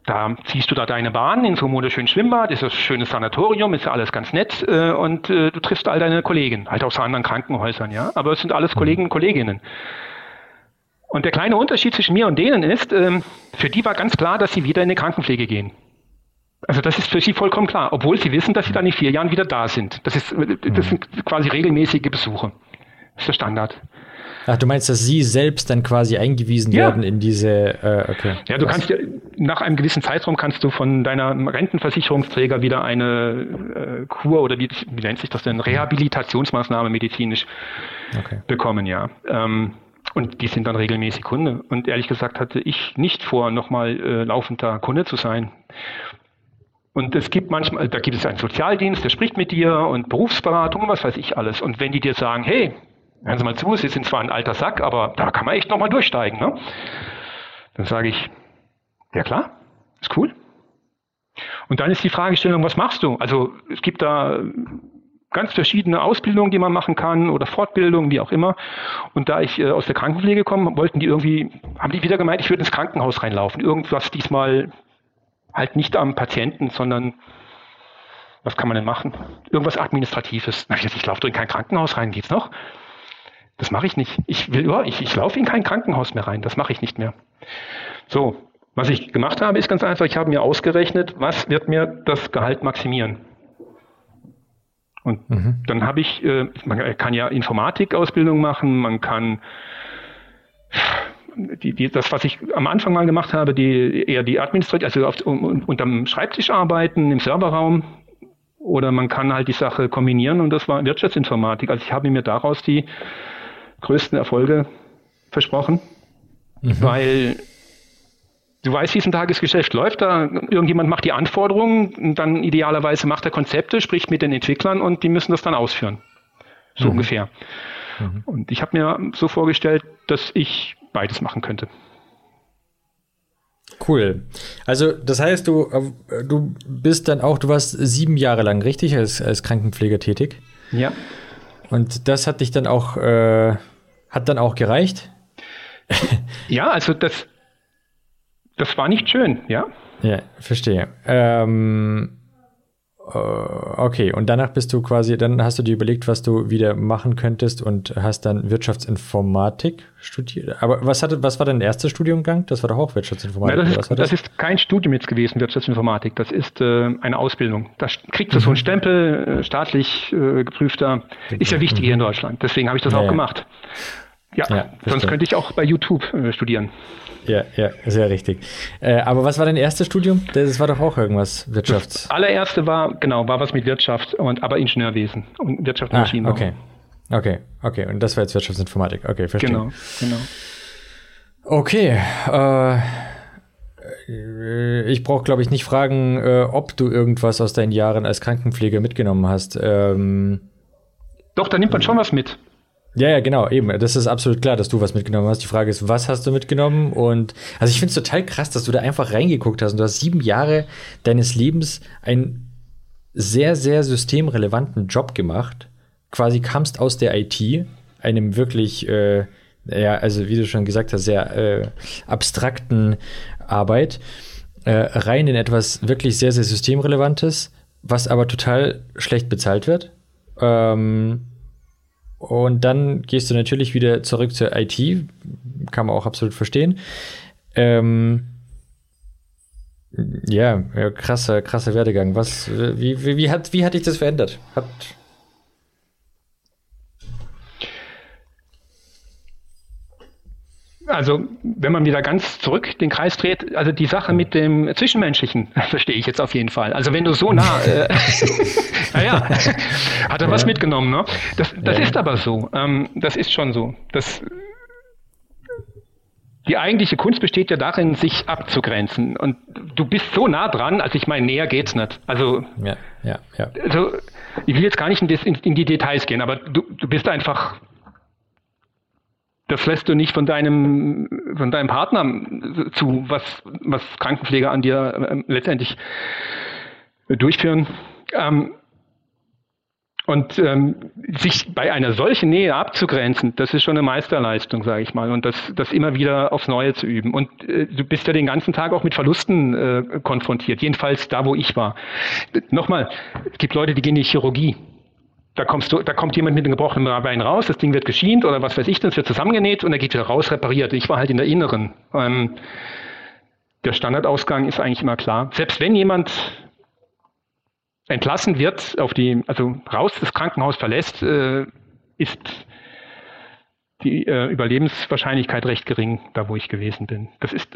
Da ziehst du da deine Bahn in so einem wunderschönen Schwimmbad, ist das schönes Sanatorium, ist ja alles ganz nett und du triffst all deine Kollegen, halt aus anderen Krankenhäusern, ja. Aber es sind alles Kollegen und Kolleginnen. Und der kleine Unterschied zwischen mir und denen ist, für die war ganz klar, dass sie wieder in die Krankenpflege gehen. Also das ist für sie vollkommen klar, obwohl sie wissen, dass sie dann in 4 Jahren wieder da sind. Das sind quasi regelmäßige Besuche. Das ist der Standard. Ach, du meinst, dass sie selbst dann quasi eingewiesen werden in diese, okay. Ja, du kannst ja, nach einem gewissen Zeitraum kannst du von deiner Rentenversicherungsträger wieder eine Kur oder wie nennt sich das denn, Rehabilitationsmaßnahme medizinisch bekommen, ja. Und die sind dann regelmäßig Kunde. Und ehrlich gesagt hatte ich nicht vor, nochmal laufender Kunde zu sein. Und es gibt manchmal, da gibt es einen Sozialdienst, der spricht mit dir und Berufsberatung und was weiß ich alles. Und wenn die dir sagen, hey, hören Sie mal zu, Sie sind zwar ein alter Sack, aber da kann man echt nochmal durchsteigen, ne? Dann sage ich, ja klar, ist cool. Und dann ist die Fragestellung, was machst du? Also es gibt da ganz verschiedene Ausbildungen, die man machen kann oder Fortbildungen, wie auch immer. Und da ich aus der Krankenpflege komme, haben die wieder gemeint, ich würde ins Krankenhaus reinlaufen. Irgendwas diesmal halt nicht am Patienten, sondern was kann man denn machen? Irgendwas Administratives. Na, ich laufe doch in kein Krankenhaus rein, geht's noch? Das mache ich nicht. Ich laufe in kein Krankenhaus mehr rein. Das mache ich nicht mehr. So, was ich gemacht habe, ist ganz einfach, ich habe mir ausgerechnet, was wird mir das Gehalt maximieren. Und dann habe ich, man kann ja Informatikausbildung machen, man kann das, was ich am Anfang mal gemacht habe, eher die Administration, also unterm Schreibtisch arbeiten, im Serverraum, oder man kann halt die Sache kombinieren und das war Wirtschaftsinformatik. Also ich habe mir daraus die größten Erfolge versprochen, weil du weißt, wie es im Tagesgeschäft läuft, da irgendjemand macht die Anforderungen und dann idealerweise macht er Konzepte, spricht mit den Entwicklern und die müssen das dann ausführen. So ungefähr. Und ich habe mir so vorgestellt, dass ich beides machen könnte. Cool. Also das heißt, du bist dann auch, du warst 7 Jahre lang, richtig, als Krankenpfleger tätig? Ja. Und das hat dich dann auch, hat dann auch gereicht? Ja, also das war nicht schön, ja. Ja, verstehe. Okay, und danach dann hast du dir überlegt, was du wieder machen könntest und hast dann Wirtschaftsinformatik studiert. Aber was war dein erster Studiengang? Das war doch auch Wirtschaftsinformatik. Ja, das ist kein Studium jetzt gewesen, Wirtschaftsinformatik. Das ist eine Ausbildung. Da kriegst du so einen Stempel, staatlich geprüfter. Ist ja wichtig hier in Deutschland. Deswegen habe ich das auch gemacht. Ja, sonst könnte ich auch bei YouTube studieren. Ja, sehr richtig. Aber was war dein erstes Studium? Das war doch auch irgendwas Wirtschafts. Das allererste war was mit Wirtschaft aber Ingenieurwesen und Wirtschaft und Maschinenbau. Okay. Und das war jetzt Wirtschaftsinformatik. Okay, verstehe. Genau. Okay. Ich brauche, glaube ich, nicht fragen, ob du irgendwas aus deinen Jahren als Krankenpfleger mitgenommen hast. Doch, da nimmt man schon was mit. Ja, genau, eben. Das ist absolut klar, dass du was mitgenommen hast. Die Frage ist, was hast du mitgenommen? Und also ich finde es total krass, dass du da einfach reingeguckt hast und du hast 7 Jahre deines Lebens einen sehr, sehr systemrelevanten Job gemacht. Quasi kamst aus der IT, einem wirklich, also wie du schon gesagt hast, sehr abstrakten Arbeit, rein in etwas wirklich sehr, sehr Systemrelevantes, was aber total schlecht bezahlt wird. Und dann gehst du natürlich wieder zurück zur IT, kann man auch absolut verstehen. Krasser Werdegang. Wie hat dich das verändert? Also, wenn man wieder ganz zurück den Kreis dreht, also die Sache mit dem Zwischenmenschlichen verstehe ich jetzt auf jeden Fall. Also wenn du so nah, hat er was mitgenommen, ne? Das ist aber so. Das ist schon so. Die eigentliche Kunst besteht ja darin, sich abzugrenzen. Und du bist so nah dran, also ich meine, näher geht's nicht. Also, also ich will jetzt gar nicht in die Details gehen, aber du bist einfach. Das lässt du nicht von deinem Partner zu, was Krankenpfleger an dir letztendlich durchführen. Und Und sich bei einer solchen Nähe abzugrenzen, das ist schon eine Meisterleistung, sage ich mal. Und das immer wieder aufs Neue zu üben. Und du bist ja den ganzen Tag auch mit Verlusten konfrontiert. Jedenfalls da, wo ich war. Nochmal, es gibt Leute, die gehen in die Chirurgie. Da kommt jemand mit einem gebrochenen Bein raus, das Ding wird geschient oder was weiß ich, das wird zusammengenäht und er geht wieder raus, repariert. Ich war halt in der Inneren. Der Standardausgang ist eigentlich immer klar. Selbst wenn jemand entlassen wird, raus das Krankenhaus verlässt, ist die Überlebenswahrscheinlichkeit recht gering, da wo ich gewesen bin. Das ist,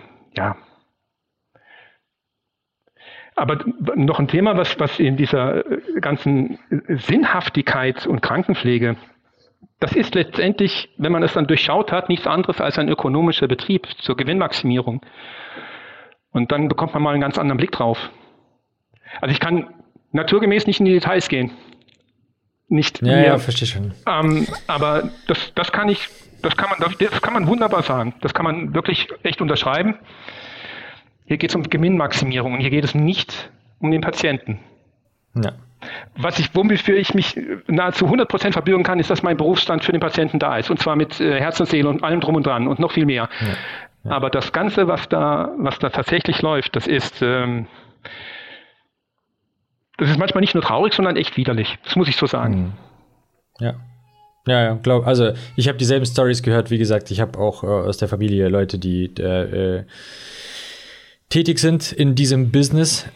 Aber noch ein Thema, was in dieser ganzen Sinnhaftigkeit und Krankenpflege, das ist letztendlich, wenn man es dann durchschaut hat, nichts anderes als ein ökonomischer Betrieb zur Gewinnmaximierung. Und dann bekommt man mal einen ganz anderen Blick drauf. Also ich kann naturgemäß nicht in die Details gehen. Ja, verstehe schon. Aber das kann man wunderbar sagen. Das kann man wirklich echt unterschreiben. Hier geht es um Gewinnmaximierung und hier geht es nicht um den Patienten. Ja. Wofür ich mich nahezu 100% verbürgen kann, ist, dass mein Berufsstand für den Patienten da ist. Und zwar mit Herz und Seele und allem drum und dran und noch viel mehr. Ja. Ja. Aber das Ganze, was da tatsächlich läuft, das ist manchmal nicht nur traurig, sondern echt widerlich. Das muss ich so sagen. Ja. Ja, also ich habe dieselben Stories gehört. Wie gesagt, ich habe auch aus der Familie Leute, die tätig sind in diesem Business.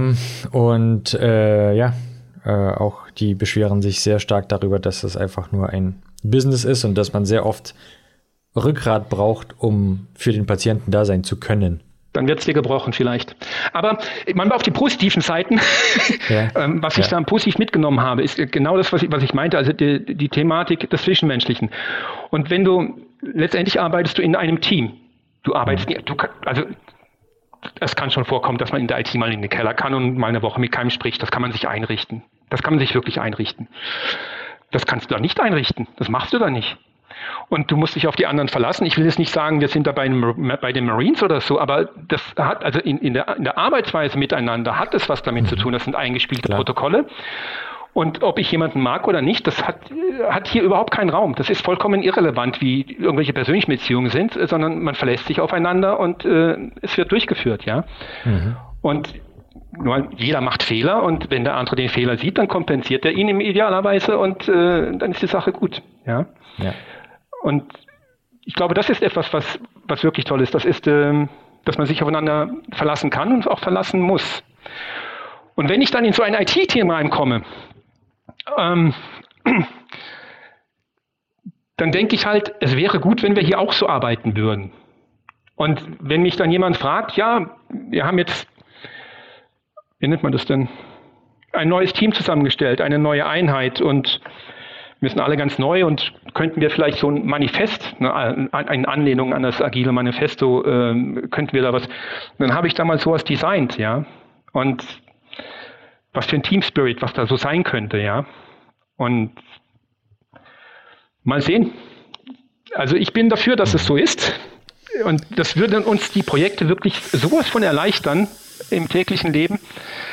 Auch die beschweren sich sehr stark darüber, dass es einfach nur ein Business ist und dass man sehr oft Rückgrat braucht, um für den Patienten da sein zu können. Dann wird es dir gebrochen vielleicht. Aber man war auf die positiven Seiten. Ja. Was ich da positiv mitgenommen habe, ist genau das, was ich meinte, also die Thematik des Zwischenmenschlichen. Und wenn letztendlich arbeitest du in einem Team. Du arbeitest es kann schon vorkommen, dass man in der IT mal in den Keller kann und mal eine Woche mit keinem spricht. Das kann man sich einrichten. Das kann man sich wirklich einrichten. Das kannst du da nicht einrichten. Das machst du da nicht. Und du musst dich auf die anderen verlassen. Ich will jetzt nicht sagen, wir sind da bei den Marines oder so, aber das hat, also in der Arbeitsweise miteinander hat es was damit zu tun. Das sind eingespielte Protokolle. Und ob ich jemanden mag oder nicht, das hat hier überhaupt keinen Raum. Das ist vollkommen irrelevant, wie irgendwelche persönlichen Beziehungen sind, sondern man verlässt sich aufeinander und es wird durchgeführt, ja. Mhm. Und jeder macht Fehler und wenn der andere den Fehler sieht, dann kompensiert er ihn im idealerweise und dann ist die Sache gut, ja. Und ich glaube, das ist etwas, was wirklich toll ist. Das ist, dass man sich aufeinander verlassen kann und auch verlassen muss. Und wenn ich dann in so ein IT-Team reinkomme, dann denke ich halt, es wäre gut, wenn wir hier auch so arbeiten würden. Und wenn mich dann jemand fragt, ja, wir haben jetzt, wie nennt man das denn, ein neues Team zusammengestellt, eine neue Einheit und wir sind alle ganz neu und könnten wir vielleicht so ein Manifest, eine Anlehnung an das agile Manifesto, könnten wir da was, dann habe ich da mal sowas designt, ja, und was für ein Team Spirit, was da so sein könnte, ja. Und mal sehen. Also ich bin dafür, dass es so ist. Und das würde uns die Projekte wirklich sowas von erleichtern im täglichen Leben.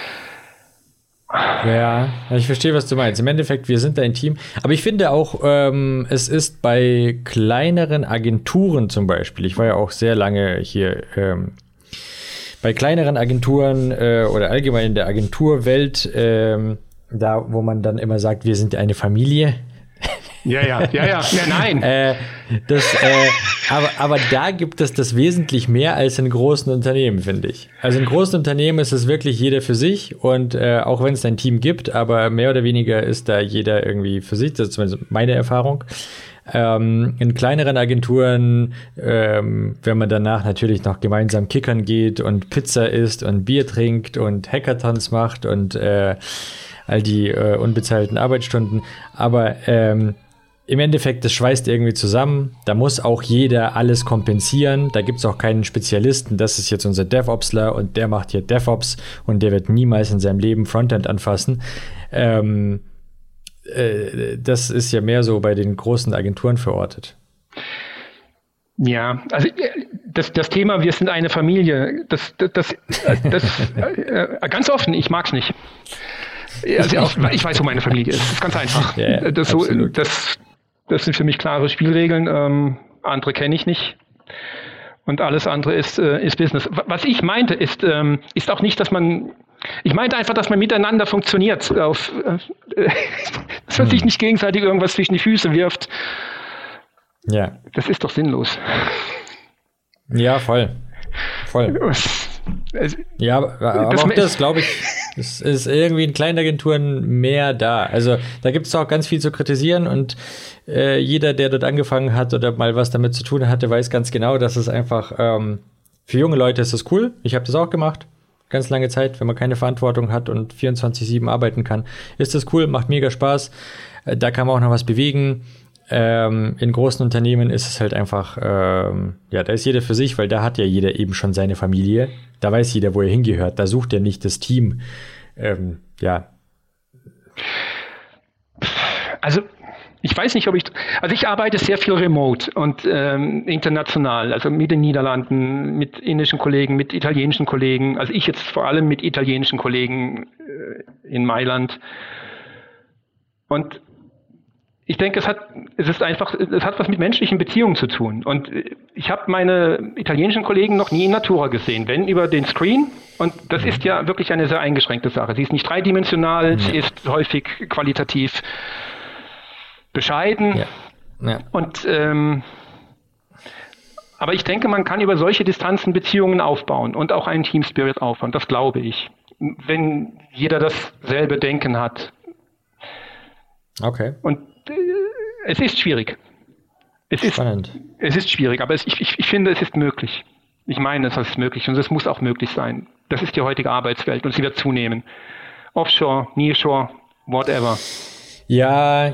Ja, ich verstehe, was du meinst. Im Endeffekt, wir sind da ein Team. Aber ich finde auch, es ist bei kleineren Agenturen zum Beispiel, ich war ja auch sehr lange hier bei kleineren Agenturen oder allgemein in der Agenturwelt, da wo man dann immer sagt, wir sind eine Familie. Ja, nein. Aber da gibt es das wesentlich mehr als in großen Unternehmen, finde ich. Also in großen Unternehmen ist es wirklich jeder für sich und auch wenn es ein Team gibt, aber mehr oder weniger ist da jeder irgendwie für sich. Das ist zumindest meine Erfahrung. In kleineren Agenturen, wenn man danach natürlich noch gemeinsam kickern geht und Pizza isst und Bier trinkt und Hackathons macht und all die unbezahlten Arbeitsstunden. Aber im Endeffekt, das schweißt irgendwie zusammen. Da muss auch jeder alles kompensieren. Da gibt es auch keinen Spezialisten. Das ist jetzt unser DevOpsler und der macht hier DevOps und der wird niemals in seinem Leben Frontend anfassen. Das ist ja mehr so bei den großen Agenturen verortet. Ja, also das Thema, wir sind eine Familie, das ganz offen, ich mag's nicht. Also ich weiß, wo meine Familie ist. Das ist ganz einfach. Ja, das sind für mich klare Spielregeln. Andere kenne ich nicht. Und alles andere ist Business. Was ich meinte, ist auch nicht, dass man. Ich meinte einfach, dass man miteinander funktioniert. Dass man sich nicht gegenseitig irgendwas zwischen die Füße wirft. Ja. Das ist doch sinnlos. Ja, voll. Ja, aber auch das, glaube ich, es ist irgendwie in kleinen Agenturen mehr da. Also da gibt es auch ganz viel zu kritisieren und jeder, der dort angefangen hat oder mal was damit zu tun hatte, weiß ganz genau, dass es einfach für junge Leute ist das cool. Ich habe das auch gemacht. Ganz lange Zeit, wenn man keine Verantwortung hat und 24/7 arbeiten kann, ist das cool, macht mega Spaß. Da kann man auch noch was bewegen. In großen Unternehmen ist es halt einfach, da ist jeder für sich, weil da hat ja jeder eben schon seine Familie. Da weiß jeder, wo er hingehört. Da sucht er nicht das Team. Also ich weiß nicht, ich arbeite sehr viel remote und international, also mit den Niederlanden, mit indischen Kollegen, mit italienischen Kollegen, also ich jetzt vor allem mit italienischen Kollegen in Mailand. Und ich denke, es hat was mit menschlichen Beziehungen zu tun. Und ich habe meine italienischen Kollegen noch nie in Natura gesehen, wenn über den Screen. Und das ist ja wirklich eine sehr eingeschränkte Sache. Sie ist nicht dreidimensional, sie ist häufig qualitativ bescheiden. Ja. Und aber ich denke, man kann über solche Distanzen Beziehungen aufbauen und auch einen Team Spirit aufbauen. Das glaube ich. Wenn jeder dasselbe Denken hat. Okay. Und es ist schwierig. Spannend. Es ist schwierig, aber ich finde, es ist möglich. Ich meine, es ist möglich und es muss auch möglich sein. Das ist die heutige Arbeitswelt und sie wird zunehmen. Offshore, Nearshore, whatever. Ja.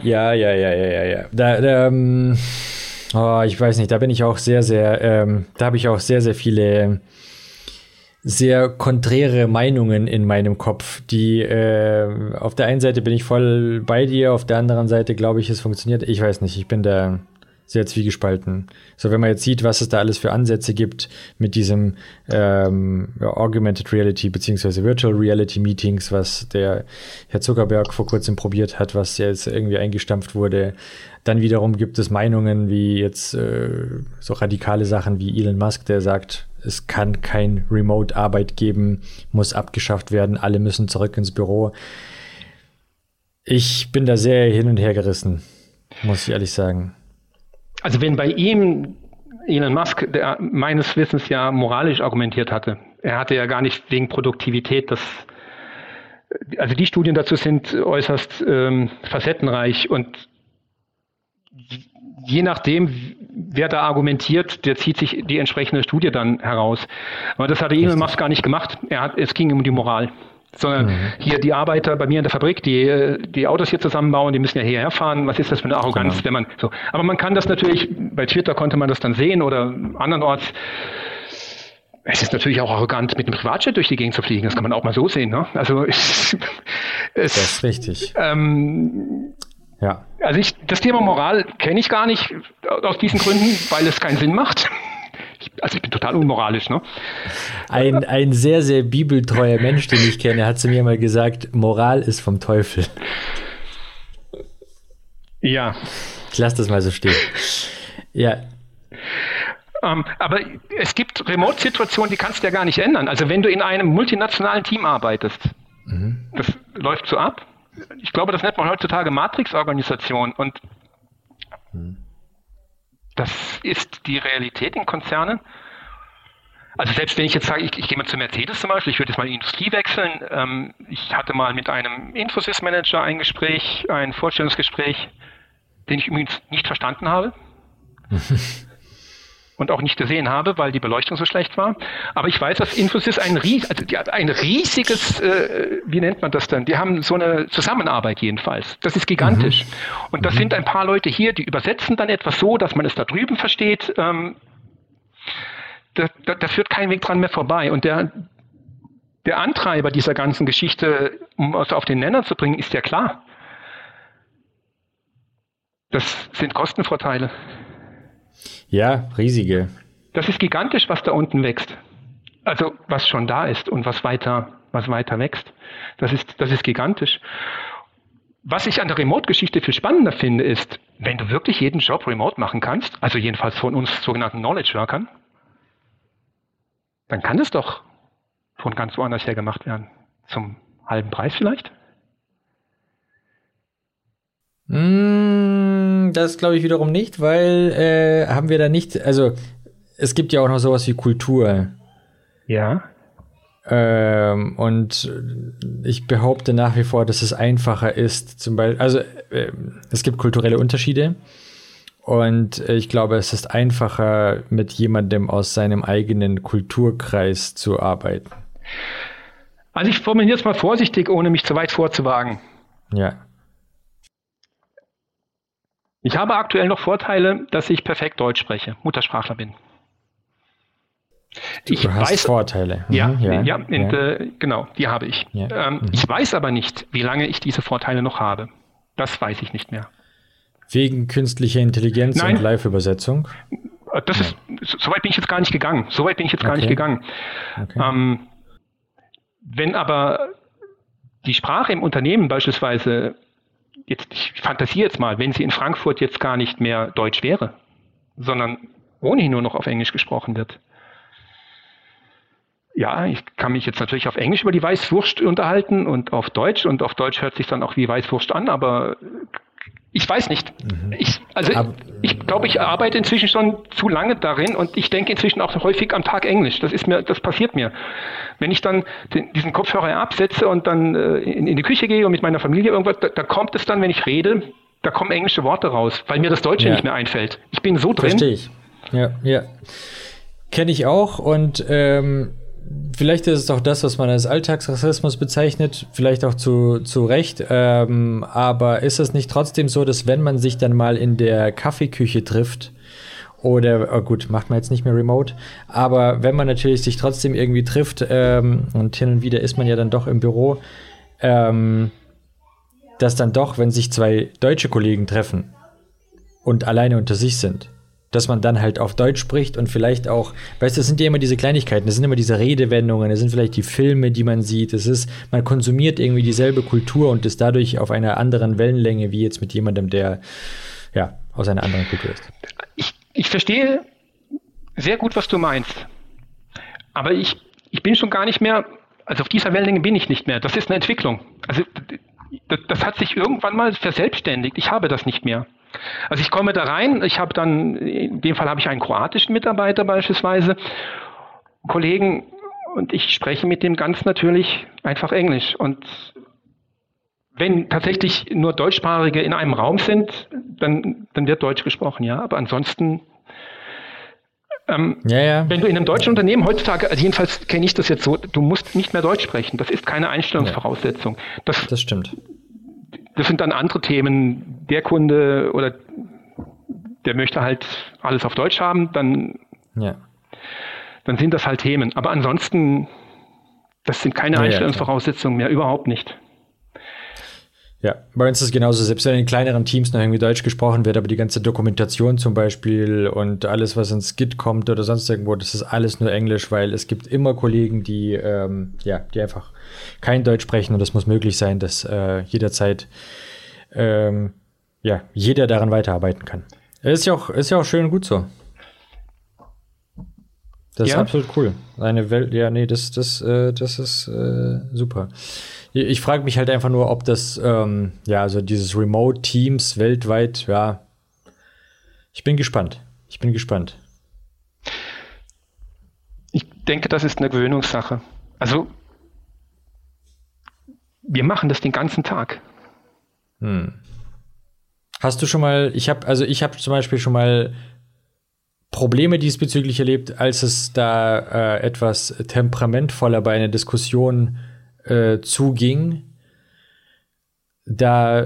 Ich weiß nicht, da bin ich auch sehr, da habe ich auch sehr, sehr viele sehr konträre Meinungen in meinem Kopf, die auf der einen Seite bin ich voll bei dir, auf der anderen Seite glaube ich, es funktioniert. Ich weiß nicht, ich bin da sehr zwiegespalten. So, wenn man jetzt sieht, was es da alles für Ansätze gibt mit diesem Augmented Reality beziehungsweise Virtual Reality Meetings, was der Herr Zuckerberg vor kurzem probiert hat, was jetzt irgendwie eingestampft wurde. Dann wiederum gibt es Meinungen wie jetzt so radikale Sachen wie Elon Musk, der sagt, es kann kein Remote-Arbeit geben, muss abgeschafft werden, alle müssen zurück ins Büro. Ich bin da sehr hin und her gerissen, muss ich ehrlich sagen. Also wenn bei ihm Elon Musk, der meines Wissens ja moralisch argumentiert hatte, er hatte ja gar nicht wegen Produktivität also die Studien dazu sind äußerst facettenreich und je nachdem, wer da argumentiert, der zieht sich die entsprechende Studie dann heraus. Aber das hatte Elon Musk gar nicht gemacht. Es ging um die Moral. Sondern hier die Arbeiter bei mir in der Fabrik, die Autos hier zusammenbauen, die müssen ja hierher fahren. Was ist das für eine Arroganz, wenn man so. Aber man kann das natürlich, bei Twitter konnte man das dann sehen oder andernorts. Es ist natürlich auch arrogant, mit einem Privatjet durch die Gegend zu fliegen. Das kann man auch mal so sehen, ne? Also das ist richtig. Ja. Also das Thema Moral kenne ich gar nicht aus diesen Gründen, weil es keinen Sinn macht. Ich bin total unmoralisch, ne? Ein sehr, sehr bibeltreuer Mensch, den ich kenne, hat zu mir mal gesagt, Moral ist vom Teufel. Ja. Ich lasse das mal so stehen. Ja. Aber es gibt Remote-Situationen, die kannst du ja gar nicht ändern. Also wenn du in einem multinationalen Team arbeitest, das läuft so ab. Ich glaube, das nennt man heutzutage Matrix-Organisation und das ist die Realität in Konzernen. Also selbst wenn ich jetzt sage, ich gehe mal zu Mercedes zum Beispiel, ich würde jetzt mal in die Industrie wechseln. Ich hatte mal mit einem Infosys-Manager ein Vorstellungsgespräch, den ich übrigens nicht verstanden habe und auch nicht gesehen habe, weil die Beleuchtung so schlecht war. Aber ich weiß, dass Infosys die hat ein riesiges, wie nennt man das denn? Die haben so eine Zusammenarbeit jedenfalls. Das ist gigantisch. Und das sind ein paar Leute hier, die übersetzen dann etwas so, dass man es da drüben versteht. Da führt kein Weg dran mehr vorbei. Und der Antreiber dieser ganzen Geschichte, um es auf den Nenner zu bringen, ist ja klar. Das sind Kostenvorteile. Ja, riesige. Das ist gigantisch, was da unten wächst. Also was schon da ist und was weiter was weiter wächst. Das ist gigantisch. Was ich an der Remote-Geschichte viel spannender finde, ist, wenn du wirklich jeden Job remote machen kannst, also jedenfalls von uns sogenannten Knowledge-Workern, dann kann es doch von ganz woanders her gemacht werden. Zum halben Preis vielleicht? Das glaube ich wiederum nicht, weil haben wir da nicht, also es gibt ja auch noch sowas wie Kultur. Ja. Und ich behaupte nach wie vor, dass es einfacher ist, zum Beispiel, also es gibt kulturelle Unterschiede und ich glaube, es ist einfacher, mit jemandem aus seinem eigenen Kulturkreis zu arbeiten. Also ich formuliere es mal vorsichtig, ohne mich zu weit vorzuwagen. Ja. Ich habe aktuell noch Vorteile, dass ich perfekt Deutsch spreche, Muttersprachler bin. Du hast Vorteile. Genau, die habe ich. Ja. Ich weiß aber nicht, wie lange ich diese Vorteile noch habe. Das weiß ich nicht mehr. Wegen künstlicher Intelligenz und Live-Übersetzung? Soweit bin ich jetzt gar nicht gegangen. Okay. Wenn aber die Sprache im Unternehmen beispielsweise, ich fantasiere jetzt mal, wenn sie in Frankfurt jetzt gar nicht mehr Deutsch wäre, sondern ohnehin nur noch auf Englisch gesprochen wird. Ja, ich kann mich jetzt natürlich auf Englisch über die Weißwurst unterhalten und auf Deutsch hört sich dann auch wie Weißwurst an, aber ich weiß nicht. Ich glaube, ich arbeite inzwischen schon zu lange darin und ich denke inzwischen auch häufig am Tag Englisch. Das passiert mir. Wenn ich dann diesen Kopfhörer absetze und dann in die Küche gehe und mit meiner Familie irgendwas, da kommt es dann, wenn ich rede, da kommen englische Worte raus, weil mir das Deutsche nicht mehr einfällt. Ich bin so drin. Verstehe ich. Ja. Kenne ich auch und vielleicht ist es auch das, was man als Alltagsrassismus bezeichnet, vielleicht auch zu Recht, aber ist es nicht trotzdem so, dass wenn man sich dann mal in der Kaffeeküche trifft oder, gut, macht man jetzt nicht mehr remote, aber wenn man natürlich sich trotzdem irgendwie trifft und hin und wieder ist man ja dann doch im Büro, dass dann doch, wenn sich zwei deutsche Kollegen treffen und alleine unter sich sind, dass man dann halt auf Deutsch spricht und vielleicht auch, weißt du, das sind ja immer diese Kleinigkeiten, das sind immer diese Redewendungen, das sind vielleicht die Filme, die man sieht, man konsumiert irgendwie dieselbe Kultur und ist dadurch auf einer anderen Wellenlänge, wie jetzt mit jemandem, der ja aus einer anderen Kultur ist. Ich verstehe sehr gut, was du meinst, aber ich bin schon gar nicht mehr, also auf dieser Wellenlänge bin ich nicht mehr, das ist eine Entwicklung, also das hat sich irgendwann mal verselbstständigt, ich habe das nicht mehr. Also ich komme da rein, in dem Fall habe ich einen kroatischen Mitarbeiter beispielsweise, Kollegen, und ich spreche mit dem ganz natürlich einfach Englisch. Und wenn tatsächlich nur Deutschsprachige in einem Raum sind, dann wird Deutsch gesprochen, ja. Aber ansonsten, wenn du in einem deutschen Unternehmen heutzutage, also jedenfalls kenne ich das jetzt so, du musst nicht mehr Deutsch sprechen. Das ist keine Einstellungsvoraussetzung. Das stimmt. Das sind dann andere Themen. Der Kunde oder der möchte halt alles auf Deutsch haben, dann sind das halt Themen. Aber ansonsten, das sind keine Einstellungsvoraussetzungen mehr, überhaupt nicht. Ja, bei uns ist es genauso, selbst wenn in kleineren Teams noch irgendwie Deutsch gesprochen wird, aber die ganze Dokumentation zum Beispiel und alles, was ins Git kommt oder sonst irgendwo, das ist alles nur Englisch, weil es gibt immer Kollegen, die einfach kein Deutsch sprechen und es muss möglich sein, dass jederzeit jeder daran weiterarbeiten kann. Ist ja auch schön und gut so. Das ist absolut cool. Eine Welt, das ist super. Ich frage mich halt einfach nur, ob das, also dieses Remote Teams weltweit, ich bin gespannt. Ich denke, das ist eine Gewöhnungssache. Also, wir machen das den ganzen Tag. Hast du schon mal, ich habe zum Beispiel schon mal Probleme diesbezüglich erlebt, als es da etwas temperamentvoller bei einer Diskussion zuging, da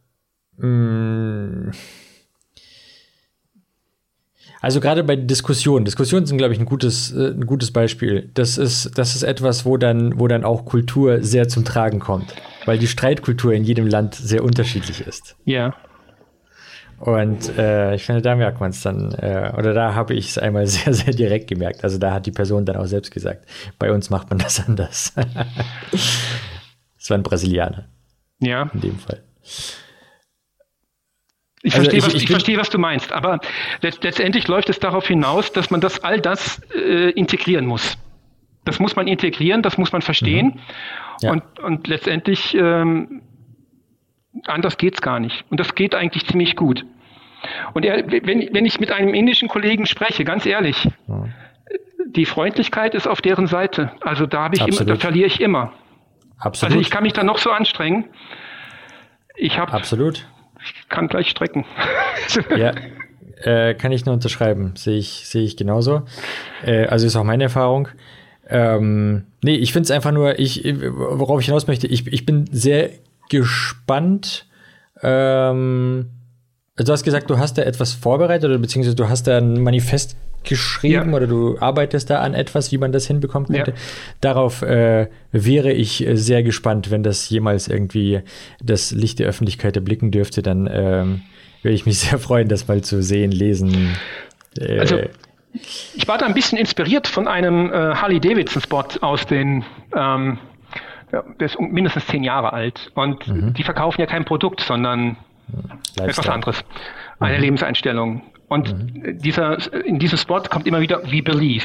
also gerade bei Diskussionen sind, glaube ich, ein gutes Beispiel. Das ist etwas, wo dann auch Kultur sehr zum Tragen kommt, weil die Streitkultur in jedem Land sehr unterschiedlich ist. Ja. Und ich finde, da merkt man es dann, oder da habe ich es einmal sehr, sehr direkt gemerkt. Also da hat die Person dann auch selbst gesagt, bei uns macht man das anders. Das war ein Brasilianer. Ja. In dem Fall. Ich verstehe, was du meinst, aber letztendlich läuft es darauf hinaus, dass man all das integrieren muss. Das muss man integrieren, das muss man verstehen. Ja. Und letztendlich anders geht's gar nicht. Und das geht eigentlich ziemlich gut. Und wenn ich mit einem indischen Kollegen spreche, ganz ehrlich, die Freundlichkeit ist auf deren Seite. Also da verliere ich immer. Absolut. Also ich kann mich da noch so anstrengen. Absolut. Ich kann gleich strecken. Ja, kann ich nur unterschreiben. Sehe ich genauso. Also ist auch meine Erfahrung. Nee, ich finde es einfach nur, worauf ich hinaus möchte, ich bin sehr gespannt. Du hast gesagt, du hast da etwas vorbereitet oder beziehungsweise du hast da ein Manifest geschrieben oder du arbeitest da an etwas, wie man das hinbekommen könnte. Ja. Darauf wäre ich sehr gespannt, wenn das jemals irgendwie das Licht der Öffentlichkeit erblicken dürfte, dann würde ich mich sehr freuen, das mal zu sehen, lesen. Also ich war da ein bisschen inspiriert von einem Harley-Davidson-Spot aus den der ist mindestens 10 Jahre alt und die verkaufen ja kein Produkt, sondern etwas anderes. Eine Lebenseinstellung. Und in diesem Spot kommt immer wieder we believe.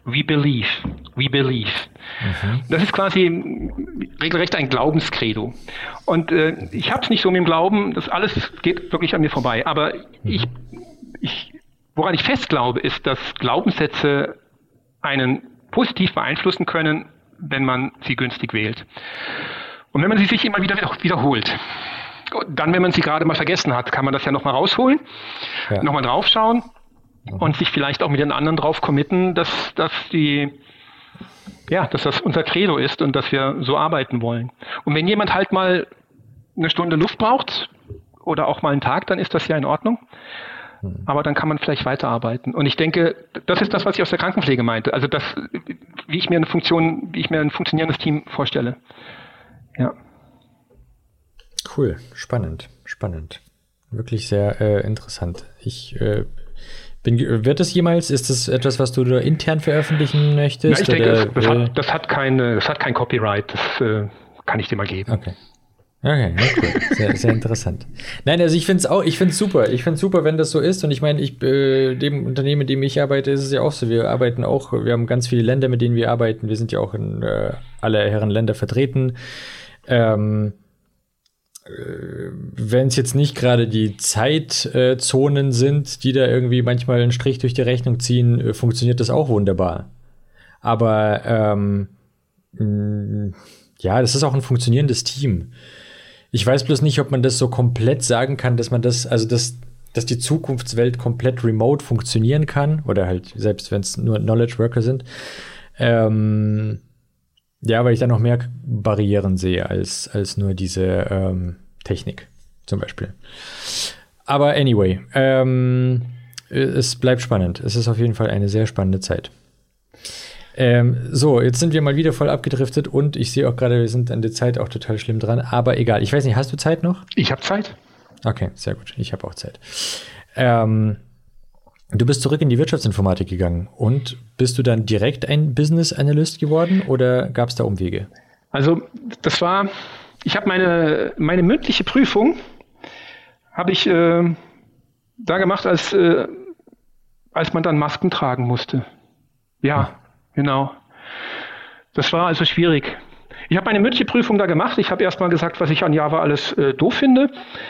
Das ist quasi regelrecht ein Glaubenskredo. Und ich habe es nicht so mit dem Glauben, das alles geht wirklich an mir vorbei. Aber woran ich fest glaube, ist, dass Glaubenssätze einen positiv beeinflussen können, wenn man sie günstig wählt. Und wenn man sie sich immer wieder wiederholt. Dann, wenn man sie gerade mal vergessen hat, kann man das ja nochmal rausholen, nochmal draufschauen und sich vielleicht auch mit den anderen drauf committen, dass das unser Credo ist und dass wir so arbeiten wollen. Und wenn jemand halt mal eine Stunde Luft braucht oder auch mal einen Tag, dann ist das ja in Ordnung. Aber dann kann man vielleicht weiterarbeiten. Und ich denke, das ist das, was ich aus der Krankenpflege meinte. Also wie ich mir ein funktionierendes Team vorstelle. Ja. Cool, spannend. Wirklich sehr interessant. Wird das jemals, ist das etwas, was du intern veröffentlichen möchtest? Ja, ich denke, das hat kein Copyright, das kann ich dir mal geben. Okay, ja, cool. Sehr, sehr interessant. Nein, also ich finde es super. Ich finde es super, wenn das so ist. Und ich meine, dem Unternehmen, in dem ich arbeite, ist es ja auch so. Wir haben ganz viele Länder, mit denen wir arbeiten. Wir sind ja auch in alle Herren Länder vertreten. Wenn es jetzt nicht gerade die Zeitzonen sind, die da irgendwie manchmal einen Strich durch die Rechnung ziehen, funktioniert das auch wunderbar. Aber das ist auch ein funktionierendes Team. Ich weiß bloß nicht, ob man das so komplett sagen kann, dass die Zukunftswelt komplett remote funktionieren kann oder halt selbst wenn es nur Knowledge Worker sind. Weil ich da noch mehr Barrieren sehe als nur diese Technik zum Beispiel. Aber anyway, es bleibt spannend. Es ist auf jeden Fall eine sehr spannende Zeit. Jetzt sind wir mal wieder voll abgedriftet und ich sehe auch gerade, wir sind an der Zeit auch total schlimm dran, aber egal. Ich weiß nicht, hast du Zeit noch? Ich habe Zeit. Okay, sehr gut. Ich habe auch Zeit. Du bist zurück in die Wirtschaftsinformatik gegangen und bist du dann direkt ein Business Analyst geworden oder gab es da Umwege? Also ich habe meine mündliche Prüfung habe ich da gemacht, als man dann Masken tragen musste. Ja, genau. Das war also schwierig. Ich habe meine mündliche Prüfung da gemacht. Ich habe erstmal gesagt, was ich an Java alles doof finde.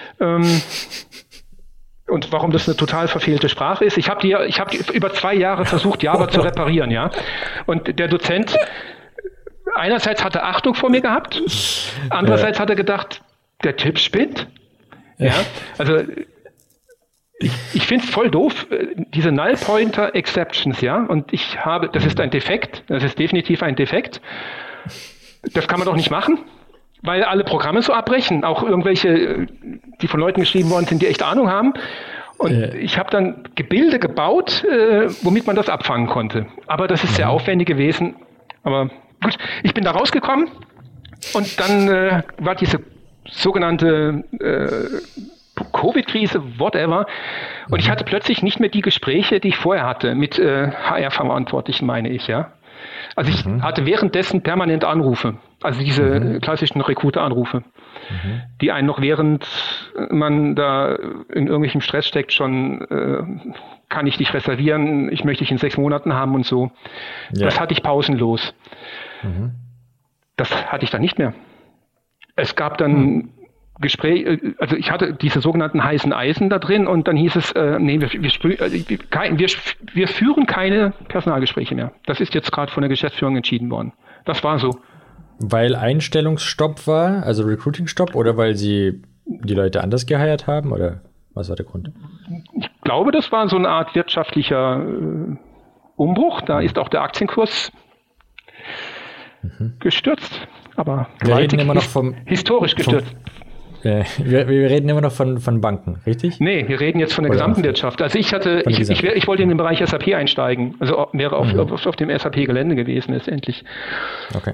Und warum das eine total verfehlte Sprache ist. Ich habe über 2 Jahre versucht, Java zu reparieren, ja. Und der Dozent einerseits hatte Achtung vor mir gehabt, andererseits hat er gedacht, der Typ spinnt. Ja, also ich finde es voll doof, diese Null Pointer Exceptions, ja. Und das ist ein Defekt, das ist definitiv ein Defekt. Das kann man doch nicht machen. Weil alle Programme so abbrechen, auch irgendwelche, die von Leuten geschrieben worden sind, die echt Ahnung haben. Und ich habe dann Gebilde gebaut, womit man das abfangen konnte. Aber das ist sehr aufwendig gewesen. Aber gut, ich bin da rausgekommen und dann war diese sogenannte Covid-Krise, whatever. Und ich hatte plötzlich nicht mehr die Gespräche, die ich vorher hatte mit HR-Verantwortlichen, meine ich, ja. Also ich hatte währenddessen permanent Anrufe, also diese klassischen Recruiter-Anrufe, die einen noch während man da in irgendwelchem Stress steckt schon, kann ich dich reservieren, ich möchte dich in 6 Monaten haben und so. Ja. Das hatte ich pausenlos. Das hatte ich dann nicht mehr. Es gab dann Gespräche, also ich hatte diese sogenannten heißen Eisen da drin und dann hieß es, nee, wir führen keine Personalgespräche mehr. Das ist jetzt gerade von der Geschäftsführung entschieden worden. Das war so. Weil Einstellungsstopp war, also Recruiting-Stopp, oder weil sie die Leute anders geheiert haben, oder was war der Grund? Ich glaube, das war so eine Art wirtschaftlicher Umbruch. Da ist auch der Aktienkurs gestürzt, aber wir reden immer noch historisch gestürzt. Wir reden immer noch von Banken, richtig? Nee, wir reden jetzt von der gesamten Wirtschaft. Also ich wollte in den Bereich SAP einsteigen, also wäre auf dem SAP-Gelände gewesen letztendlich. Okay.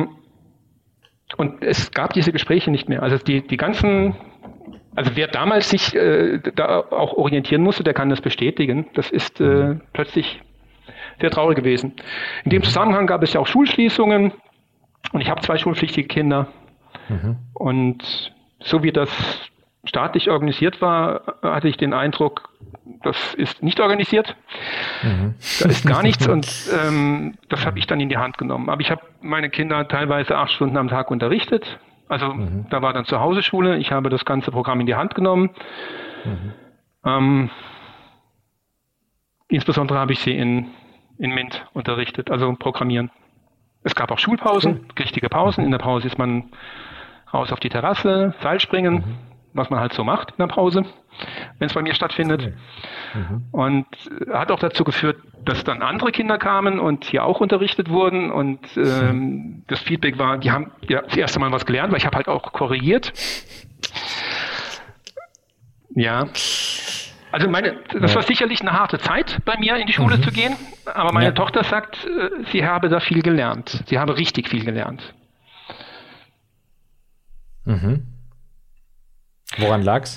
Und es gab diese Gespräche nicht mehr. Also die ganzen, also wer damals sich da auch orientieren musste, der kann das bestätigen. Das ist plötzlich sehr traurig gewesen. In dem Zusammenhang gab es ja auch Schulschließungen und ich habe 2 schulpflichtige Kinder. Und so wie das staatlich organisiert war, hatte ich den Eindruck, das ist nicht organisiert. Da ist gar nichts und das habe ich dann in die Hand genommen. Aber ich habe meine Kinder teilweise 8 Stunden am Tag unterrichtet. Also da war dann Zuhause-Schule. Ich habe das ganze Programm in die Hand genommen. Insbesondere habe ich sie in Mint unterrichtet, also Programmieren. Es gab auch Schulpausen, richtige Pausen. In der Pause ist man raus auf die Terrasse, Seilspringen, was man halt so macht in der Pause, wenn es bei mir stattfindet. Und hat auch dazu geführt, dass dann andere Kinder kamen und hier auch unterrichtet wurden. Und das Feedback war, die haben ja das erste Mal was gelernt, weil ich habe halt auch korrigiert. Ja. Also das war sicherlich eine harte Zeit bei mir, in die Schule zu gehen. Aber meine Tochter sagt, sie habe da viel gelernt. Sie habe richtig viel gelernt. Woran lag's?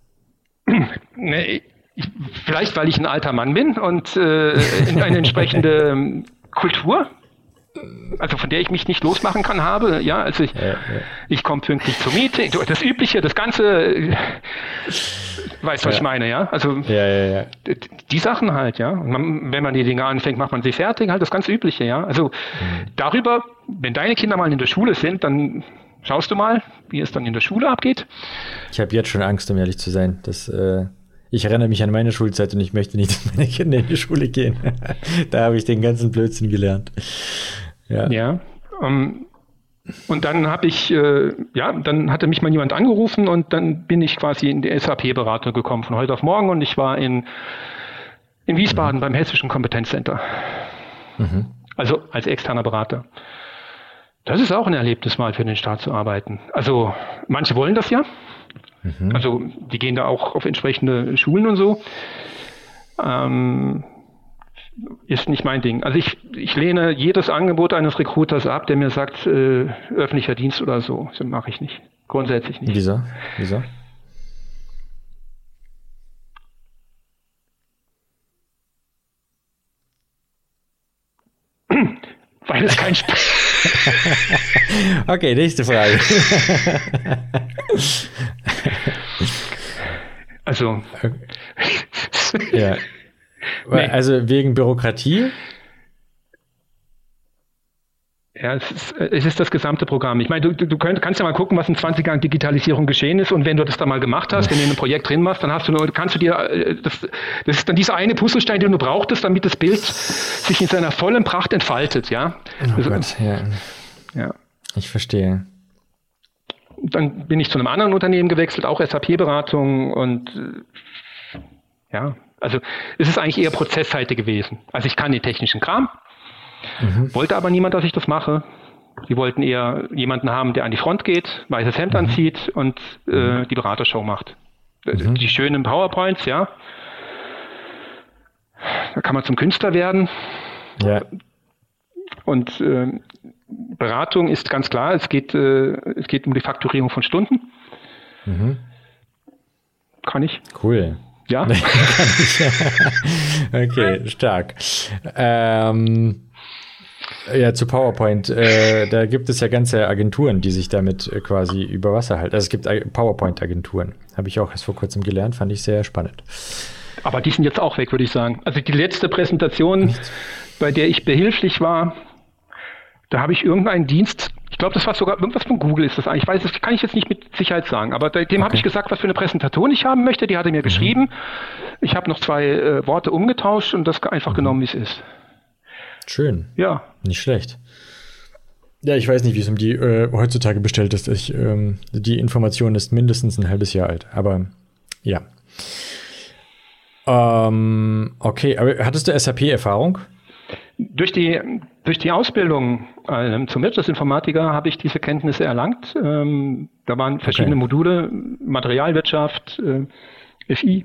Vielleicht, weil ich ein alter Mann bin und in eine entsprechende Kultur, also von der ich mich nicht losmachen kann, habe. Ja, also ich komme pünktlich zum Meeting. Das Übliche, das Ganze, weißt du, was ich meine, ja? Also die Sachen halt, ja. Und wenn man die Dinge anfängt, macht man sie fertig, halt das ganz Übliche, ja. Also darüber, wenn deine Kinder mal in der Schule sind, dann schaust du mal, wie es dann in der Schule abgeht. Ich habe jetzt schon Angst, um ehrlich zu sein. Ich erinnere mich an meine Schulzeit und ich möchte nicht, dass meine Kinder in die Schule gehen. Da habe ich den ganzen Blödsinn gelernt. Ja. Und dann dann hatte mich mal jemand angerufen und dann bin ich quasi in die SAP-Beratung gekommen von heute auf morgen und ich war in Wiesbaden beim Hessischen Kompetenzcenter. Also als externer Berater. Das ist auch ein Erlebnis, mal für den Staat zu arbeiten. Also manche wollen das ja. Also die gehen da auch auf entsprechende Schulen und so. Ist nicht mein Ding. Also ich lehne jedes Angebot eines Recruiters ab, der mir sagt, öffentlicher Dienst oder so. Das mache ich nicht. Grundsätzlich nicht. Wieso? Weil es kein Okay, nächste Frage. Also. Ja. Nee. Also wegen Bürokratie? Ja, es ist das gesamte Programm. Ich meine, du kannst ja mal gucken, was in 20 Jahren Digitalisierung geschehen ist und wenn du das da mal gemacht hast, wenn du in einem Projekt drin warst, dann kannst du dir, das ist dann dieser eine Puzzlestein, den du brauchtest, damit das Bild sich in seiner vollen Pracht entfaltet, ja. Oh Gott, ja. Ich verstehe. Dann bin ich zu einem anderen Unternehmen gewechselt, auch SAP-Beratung und also es ist eigentlich eher Prozessseite gewesen. Also ich kann den technischen Kram, wollte aber niemand, dass ich das mache. Die wollten eher jemanden haben, der an die Front geht, weißes Hemd anzieht und die Beratershow macht. Die schönen PowerPoints, ja. Da kann man zum Künstler werden. Ja. Und Beratung ist ganz klar, es geht um die Fakturierung von Stunden. kann ich. Cool. Ja. Kann ich. Okay, stark. Ja, zu PowerPoint. Da gibt es ja ganze Agenturen, die sich damit quasi über Wasser halten. Also es gibt PowerPoint-Agenturen. Habe ich auch erst vor kurzem gelernt, fand ich sehr spannend. Aber die sind jetzt auch weg, würde ich sagen. Also die letzte Präsentation, bei der ich behilflich war, da habe ich irgendeinen Dienst, ich glaube, das war sogar irgendwas von Google ist das eigentlich. Ich weiß, das kann ich jetzt nicht mit Sicherheit sagen, aber dem habe ich gesagt, was für eine Präsentation ich haben möchte. Die hat er mir geschrieben. Ich habe noch 2 Worte umgetauscht und das einfach genommen, wie es ist. Schön. Ja. Nicht schlecht. Ja, ich weiß nicht, wie es um die heutzutage bestellt ist. Die Information ist mindestens ein halbes Jahr alt, aber ja. Okay, aber hattest du SAP-Erfahrung? Durch die Ausbildung zum Wirtschaftsinformatiker habe ich diese Kenntnisse erlangt. Da waren verschiedene Module, Materialwirtschaft, FI,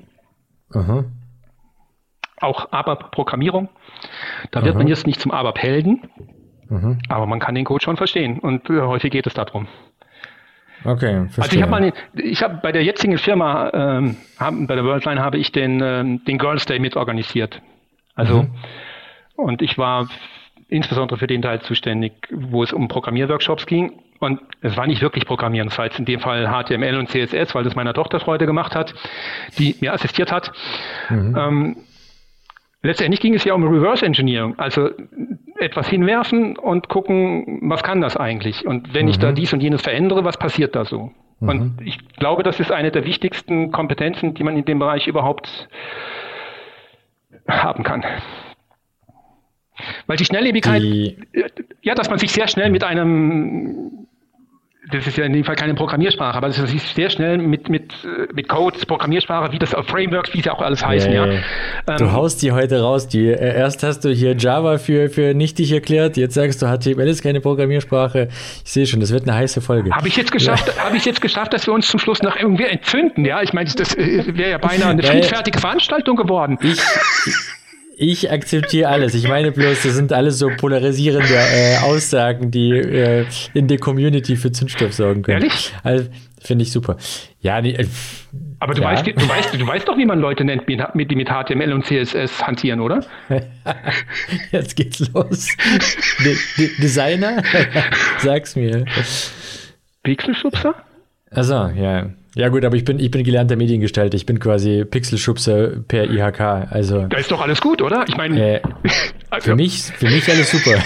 auch ABAP-Programmierung. Da wird man jetzt nicht zum ABAP-Helden, aber man kann den Code schon verstehen und häufig geht es darum. Okay, verstehe. Also ich habe bei der jetzigen Firma, bei der Worldline habe ich den Girls Day mit organisiert. Also und ich war insbesondere für den Teil zuständig, wo es um Programmierworkshops ging. Und es war nicht wirklich Programmieren, es war jetzt in dem Fall HTML und CSS, weil das meiner Tochter Freude gemacht hat, die mir assistiert hat. Letztendlich ging es ja um Reverse Engineering, also etwas hinwerfen und gucken, was kann das eigentlich? Und wenn ich da dies und jenes verändere, was passiert da so? Und ich glaube, das ist eine der wichtigsten Kompetenzen, die man in dem Bereich überhaupt haben kann. Weil die Schnelllebigkeit, dass man sich sehr schnell mit einem, das ist ja in dem Fall keine Programmiersprache, aber dass man sich sehr schnell mit Codes, Programmiersprache, wie das Frameworks, wie es ja auch alles heißen, Du haust die heute raus, erst hast du hier Java für nichtig erklärt, jetzt sagst du, HTML ist keine Programmiersprache. Ich sehe schon, das wird eine heiße Folge. Habe ich jetzt geschafft, dass wir uns zum Schluss noch irgendwie entzünden, ja? Ich meine, das wäre ja beinahe eine friedfertige Veranstaltung geworden. Ich akzeptiere alles. Ich meine bloß, das sind alles so polarisierende Aussagen, die in der Community für Zündstoff sorgen können. Ehrlich? Also, finde ich super. Ja, aber du weißt doch, wie man Leute nennt, die mit HTML und CSS hantieren, oder? Jetzt geht's los. Designer? Sag's mir. Pixelschubser? Achso, ja. Ja gut, aber ich bin gelernter Mediengestalter. Ich bin quasi Pixelschubser per IHK. Also da ist doch alles gut, oder? Ich meine, für mich alles super.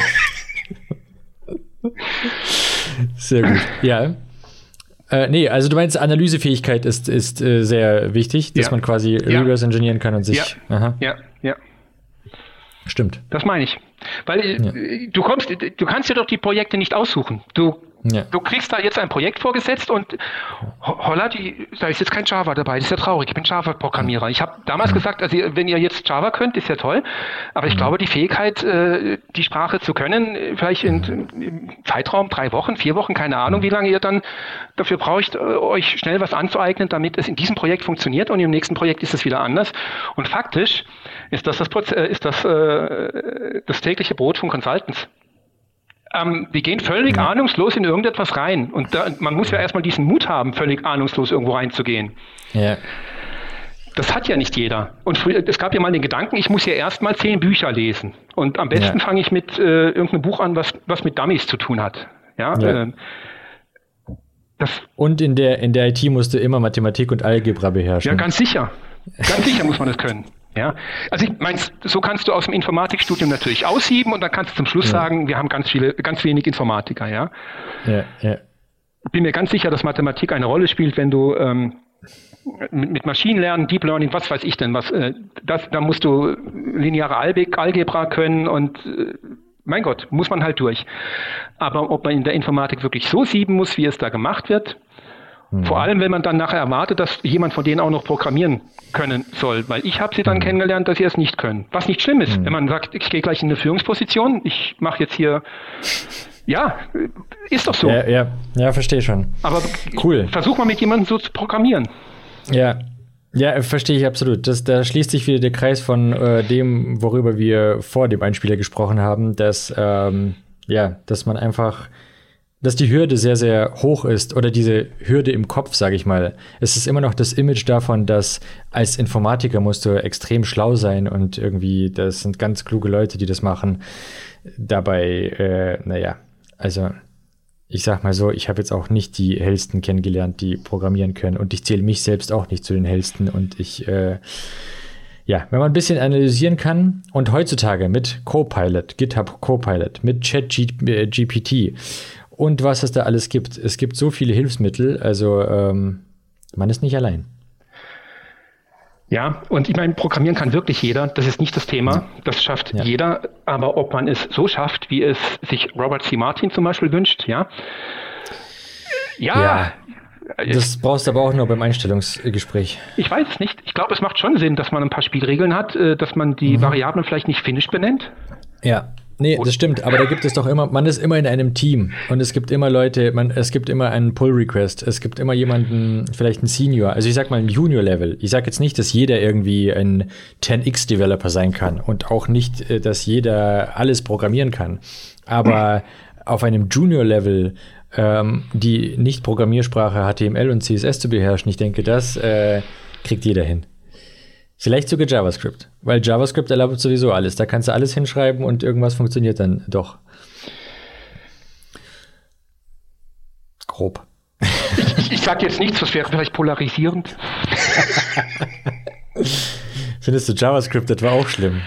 Sehr gut. Ja. Nee, also du meinst, Analysefähigkeit ist sehr wichtig, dass man quasi reverse engineeren kann und sich. Ja. Stimmt. Das meine ich. Weil du kannst dir doch die Projekte nicht aussuchen. Du kriegst da jetzt ein Projekt vorgesetzt und holla, da ist jetzt kein Java dabei, das ist ja traurig, ich bin Java-Programmierer. Ich habe damals gesagt, also wenn ihr jetzt Java könnt, ist ja toll, aber ich glaube, die Fähigkeit, die Sprache zu können, vielleicht im Zeitraum 3 Wochen, 4 Wochen, keine Ahnung, wie lange ihr dann dafür braucht, euch schnell was anzueignen, damit es in diesem Projekt funktioniert und im nächsten Projekt ist es wieder anders. Und faktisch ist das tägliche Brot von Consultants. Die gehen völlig ahnungslos in irgendetwas rein. Und man muss ja erstmal diesen Mut haben, völlig ahnungslos irgendwo reinzugehen. Ja. Das hat ja nicht jeder. Und es gab ja mal den Gedanken, ich muss ja erstmal 10 Bücher lesen. Und am besten fange ich mit irgendeinem Buch an, was mit Dummies zu tun hat. Und in der IT musst du immer Mathematik und Algebra beherrschen. Ja, ganz sicher. Ganz sicher muss man das können. Ja, also ich meine, so kannst du aus dem Informatikstudium natürlich ausheben und dann kannst du zum Schluss sagen, wir haben ganz wenig Informatiker, ja. Ich bin mir ganz sicher, dass Mathematik eine Rolle spielt, wenn du mit Maschinenlernen, Deep Learning, was weiß ich denn, da musst du lineare Algebra können und mein Gott, muss man halt durch. Aber ob man in der Informatik wirklich so sieben muss, wie es da gemacht wird, vor allem, wenn man dann nachher erwartet, dass jemand von denen auch noch programmieren können soll. Weil ich habe sie dann kennengelernt, dass sie es nicht können. Was nicht schlimm ist, wenn man sagt, ich gehe gleich in eine Führungsposition, ich mache jetzt hier, ist doch so. Ja, verstehe schon. Aber cool. Versuch mal mit jemandem so zu programmieren. Ja, verstehe ich absolut. Da schließt sich wieder der Kreis von dem, worüber wir vor dem Einspieler gesprochen haben, dass man einfach dass die Hürde sehr, sehr hoch ist oder diese Hürde im Kopf, sage ich mal. Es ist immer noch das Image davon, dass als Informatiker musst du extrem schlau sein und irgendwie, das sind ganz kluge Leute, die das machen. Dabei, also ich sag mal so, ich habe jetzt auch nicht die Hellsten kennengelernt, die programmieren können und ich zähle mich selbst auch nicht zu den Hellsten und wenn man ein bisschen analysieren kann und heutzutage mit Copilot, GitHub Copilot, mit ChatGPT und was es da alles gibt. Es gibt so viele Hilfsmittel, also man ist nicht allein. Ja, und ich meine, programmieren kann wirklich jeder, das ist nicht das Thema, das schafft jeder, aber ob man es so schafft, wie es sich Robert C. Martin zum Beispiel wünscht, ja. Das brauchst du aber auch nur beim Einstellungsgespräch. Ich weiß es nicht. Ich glaube, es macht schon Sinn, dass man ein paar Spielregeln hat, dass man die Variablen vielleicht nicht finnisch benennt. Ja, nee, das stimmt. Aber da gibt es doch immer, man ist immer in einem Team und es gibt immer Leute, es gibt immer einen Pull-Request, es gibt immer jemanden, vielleicht einen Senior, also ich sag mal ein Junior-Level. Ich sag jetzt nicht, dass jeder irgendwie ein 10x-Developer sein kann und auch nicht, dass jeder alles programmieren kann. Aber auf einem Junior-Level die Nicht-Programmiersprache HTML und CSS zu beherrschen, ich denke, das kriegt jeder hin. Vielleicht sogar JavaScript, weil JavaScript erlaubt sowieso alles. Da kannst du alles hinschreiben und irgendwas funktioniert dann doch. Grob. Ich sage jetzt nichts, das wäre vielleicht polarisierend. Findest du JavaScript etwa auch schlimm?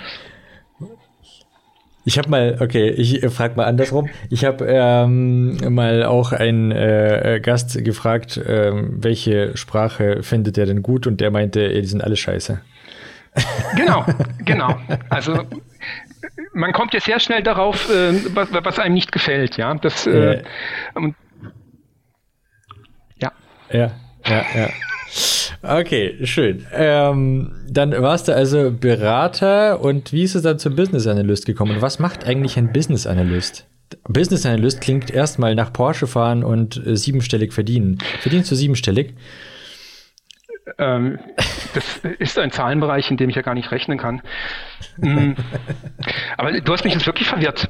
Ich frage mal andersrum. Ich habe mal auch einen Gast gefragt, welche Sprache findet er denn gut? Und der meinte, die sind alle scheiße. Genau. Also man kommt ja sehr schnell darauf, was einem nicht gefällt, ja. Ja. Okay, schön. Dann warst du also Berater und wie ist es dann zum Business Analyst gekommen? Und was macht eigentlich ein Business Analyst? Business Analyst klingt erstmal nach Porsche fahren und siebenstellig verdienen. Verdienst du siebenstellig? Das ist ein Zahlenbereich, in dem ich ja gar nicht rechnen kann. Aber du hast mich jetzt wirklich verwirrt.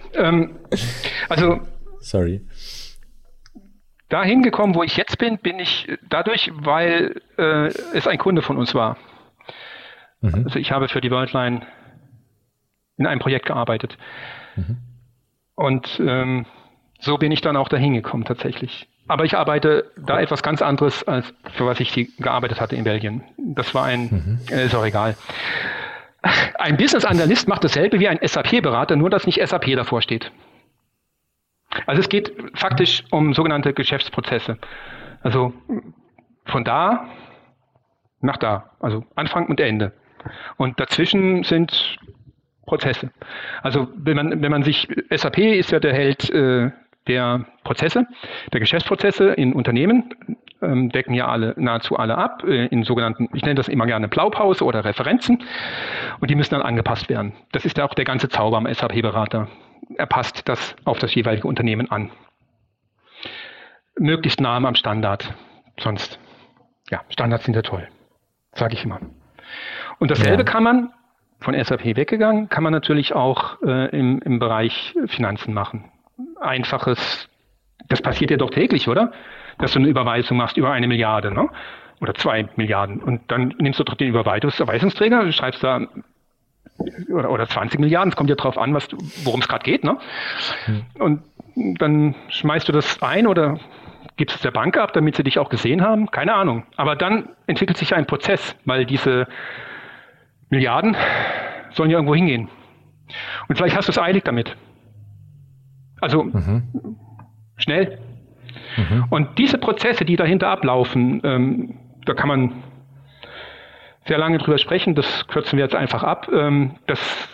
Sorry. Dahin gekommen, wo ich jetzt bin ich dadurch, weil es ein Kunde von uns war. Also ich habe für die Worldline in einem Projekt gearbeitet. Und so bin ich dann auch dahin gekommen tatsächlich. Aber ich arbeite da etwas ganz anderes, als für was ich gearbeitet hatte in Belgien. Das war ist auch egal. Ein Business Analyst macht dasselbe wie ein SAP-Berater, nur dass nicht SAP davor steht. Also es geht faktisch um sogenannte Geschäftsprozesse. Also von da nach da, also Anfang und Ende. Und dazwischen sind Prozesse. Also wenn man sich, SAP ist ja der Held der Prozesse, der Geschäftsprozesse in Unternehmen, decken ja nahezu alle ab, in sogenannten, ich nenne das immer gerne Blaupause oder Referenzen, und die müssen dann angepasst werden. Das ist ja auch der ganze Zauber am SAP-Berater. Er passt das auf das jeweilige Unternehmen an. Möglichst nah am Standard. Sonst, Standards sind ja toll, sage ich immer. Und dasselbe kann man, von SAP weggegangen, kann man natürlich auch im Bereich Finanzen machen. Einfaches, das passiert ja doch täglich, oder? Dass du eine Überweisung machst über 1 Milliarde, ne? Oder 2 Milliarden. Und dann nimmst du doch den Überweisungsträger, schreibst da oder 20 Milliarden, es kommt ja drauf an, worum es gerade geht, ne? Und dann schmeißt du das ein oder gibst es der Bank ab, damit sie dich auch gesehen haben, keine Ahnung. Aber dann entwickelt sich ein Prozess, weil diese Milliarden sollen ja irgendwo hingehen. Und vielleicht hast du es eilig damit. Also schnell. Und diese Prozesse, die dahinter ablaufen, da kann man sehr lange drüber sprechen, das kürzen wir jetzt einfach ab. Das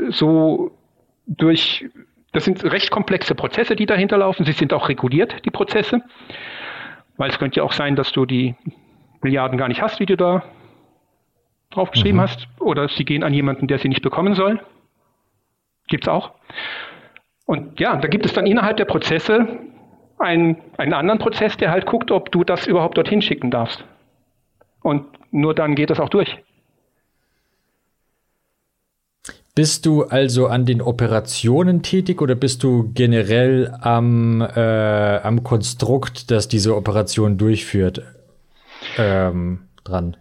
sind recht komplexe Prozesse, die dahinter laufen. Sie sind auch reguliert, die Prozesse. Weil es könnte ja auch sein, dass du die Milliarden gar nicht hast, wie du da draufgeschrieben hast. Oder sie gehen an jemanden, der sie nicht bekommen soll. Gibt's auch. Und ja, da gibt es dann innerhalb der Prozesse einen anderen Prozess, der halt guckt, ob du das überhaupt dorthin schicken darfst. Und nur dann geht das auch durch. Bist du also an den Operationen tätig oder bist du generell am Konstrukt, das diese Operation durchführt, dran?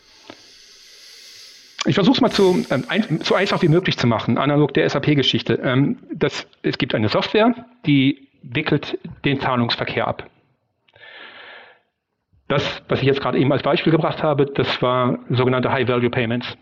Ich versuche es mal so einfach wie möglich zu machen, analog der SAP-Geschichte. Es gibt eine Software, die wickelt den Zahlungsverkehr ab. Das, was ich jetzt gerade eben als Beispiel gebracht habe, das war sogenannte High-Value-Payments.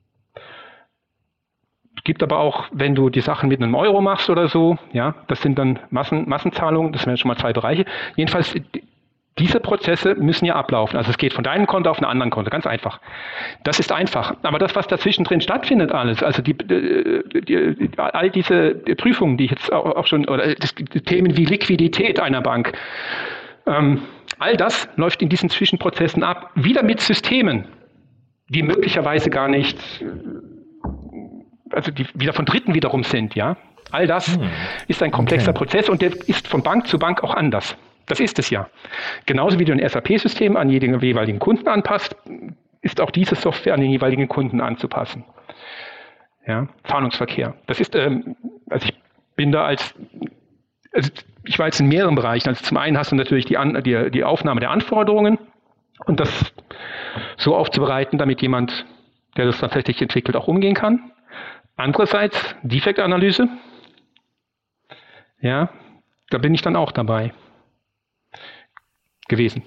Gibt aber auch, wenn du die Sachen mit einem Euro machst oder so, ja, das sind dann Massenzahlungen, das wären schon mal 2 Bereiche. Jedenfalls, diese Prozesse müssen ja ablaufen. Also es geht von deinem Konto auf einen anderen Konto, ganz einfach. Das ist einfach. Aber das, was dazwischen drin stattfindet, alles, also all diese Prüfungen, die ich jetzt auch schon, oder Themen wie Liquidität einer Bank, all das läuft in diesen Zwischenprozessen ab, wieder mit Systemen, die möglicherweise gar nicht, also die wieder von Dritten wiederum sind, ja. All das ist ein komplexer Prozess und der ist von Bank zu Bank auch anders. Das ist es ja. Genauso wie du ein SAP-System an jeden jeweiligen Kunden anpasst, ist auch diese Software an den jeweiligen Kunden anzupassen. Ja, Zahlungsverkehr. Das ist, also ich bin da ich war jetzt in mehreren Bereichen. Also zum einen hast du natürlich die Aufnahme der Anforderungen und das so aufzubereiten, damit jemand, der das tatsächlich entwickelt, auch umgehen kann. Andererseits Defektanalyse. Ja, da bin ich dann auch dabei gewesen.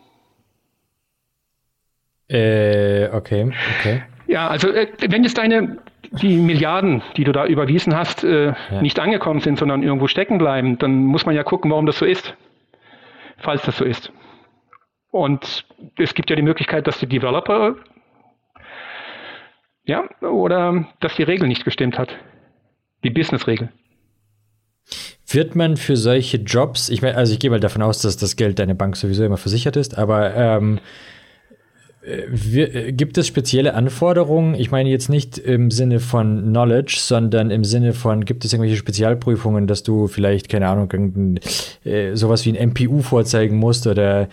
Okay. Ja, also wenn jetzt die Milliarden, die du da überwiesen hast, nicht angekommen sind, sondern irgendwo stecken bleiben, dann muss man ja gucken, warum das so ist, falls das so ist. Und es gibt ja die Möglichkeit, dass die Developer, oder dass die Regel nicht gestimmt hat, die Business-Regel. Wird man für solche Jobs, ich meine, also ich gehe mal davon aus, dass das Geld deiner Bank sowieso immer versichert ist, aber gibt es spezielle Anforderungen? Ich meine jetzt nicht im Sinne von Knowledge, sondern im Sinne von, gibt es irgendwelche Spezialprüfungen, dass du vielleicht, keine Ahnung, sowas wie ein MPU vorzeigen musst oder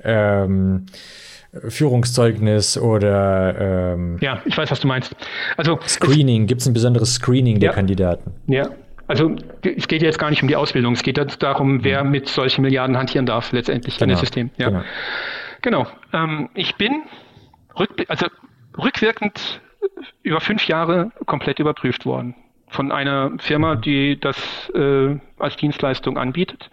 Führungszeugnis oder ja, ich weiß, was du meinst. Also Screening, gibt es ein besonderes Screening der Kandidaten? Ja, also es geht jetzt gar nicht um die Ausbildung, es geht jetzt darum, wer mit solchen Milliarden hantieren darf, letztendlich in das System. Ja. Genau. Ich bin rückwirkend über 5 Jahre komplett überprüft worden von einer Firma, die das als Dienstleistung anbietet.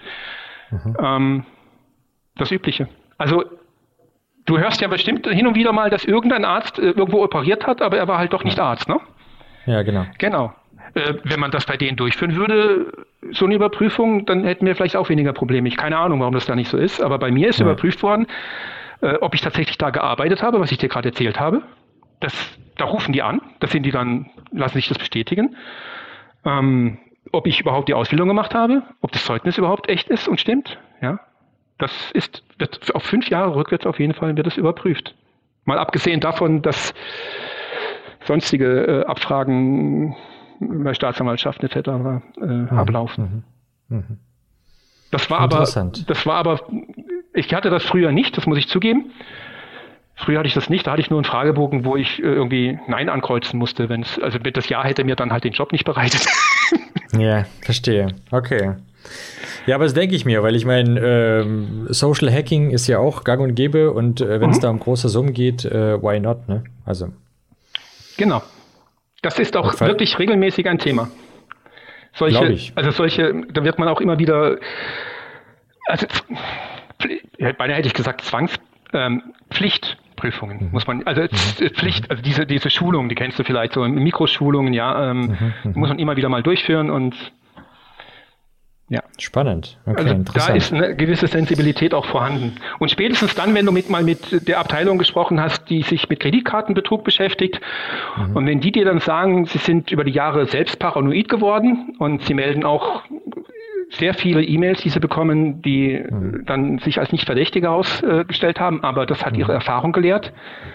Das Übliche. Also du hörst ja bestimmt hin und wieder mal, dass irgendein Arzt irgendwo operiert hat, aber er war halt doch nicht Arzt, ne? Ja, genau. Genau. Wenn man das bei denen durchführen würde, so eine Überprüfung, dann hätten wir vielleicht auch weniger Probleme. Ich keine Ahnung, warum das da nicht so ist, aber bei mir ist überprüft worden, ob ich tatsächlich da gearbeitet habe, was ich dir gerade erzählt habe. Da rufen die an, lassen sich das bestätigen. Ob ich überhaupt die Ausbildung gemacht habe, ob das Zeugnis überhaupt echt ist und stimmt. Ja, wird auf 5 Jahre rückwärts auf jeden Fall wird das überprüft. Mal abgesehen davon, dass sonstige Abfragen bei Staatsanwaltschaften etc. ablaufen. Das war aber, ich hatte das früher nicht, das muss ich zugeben. Früher hatte ich das nicht, da hatte ich nur einen Fragebogen, wo ich irgendwie Nein ankreuzen musste, also das Ja hätte mir dann halt den Job nicht bereitet. Ja, verstehe. Okay. Ja, aber das denke ich mir, weil ich meine, Social Hacking ist ja auch gang und gäbe und wenn es da um große Summen geht, why not, ne? Also. Genau. Das ist auch wirklich regelmäßig ein Thema. Da wird man auch immer wieder, beinahe hätte ich gesagt Pflichtprüfungen muss man, Pflicht, also diese Schulungen, die kennst du vielleicht so, Mikroschulungen, muss man immer wieder mal durchführen und ja. Spannend. Okay, also interessant. Da ist eine gewisse Sensibilität auch vorhanden. Und spätestens dann, wenn du mal mit der Abteilung gesprochen hast, die sich mit Kreditkartenbetrug beschäftigt, und wenn die dir dann sagen, sie sind über die Jahre selbst paranoid geworden und sie melden auch sehr viele E-Mails, die sie bekommen, die dann sich als nicht Verdächtige ausgestellt haben, aber das hat ihre Erfahrung gelehrt.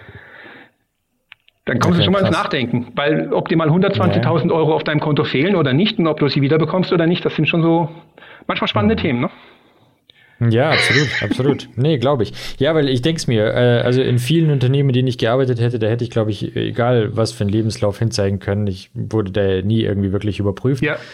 Dann kommst du schon mal ins Nachdenken, weil ob dir mal 120.000 Euro auf deinem Konto fehlen oder nicht und ob du sie wiederbekommst oder nicht, das sind schon so manchmal spannende Themen, ne? Ja, absolut, absolut. Nee, glaube ich. Ja, weil ich denke es mir, also in vielen Unternehmen, in denen ich gearbeitet hätte, da hätte ich, glaube ich, egal was für einen Lebenslauf hinzeigen können, ich wurde da nie irgendwie wirklich überprüft. Ja.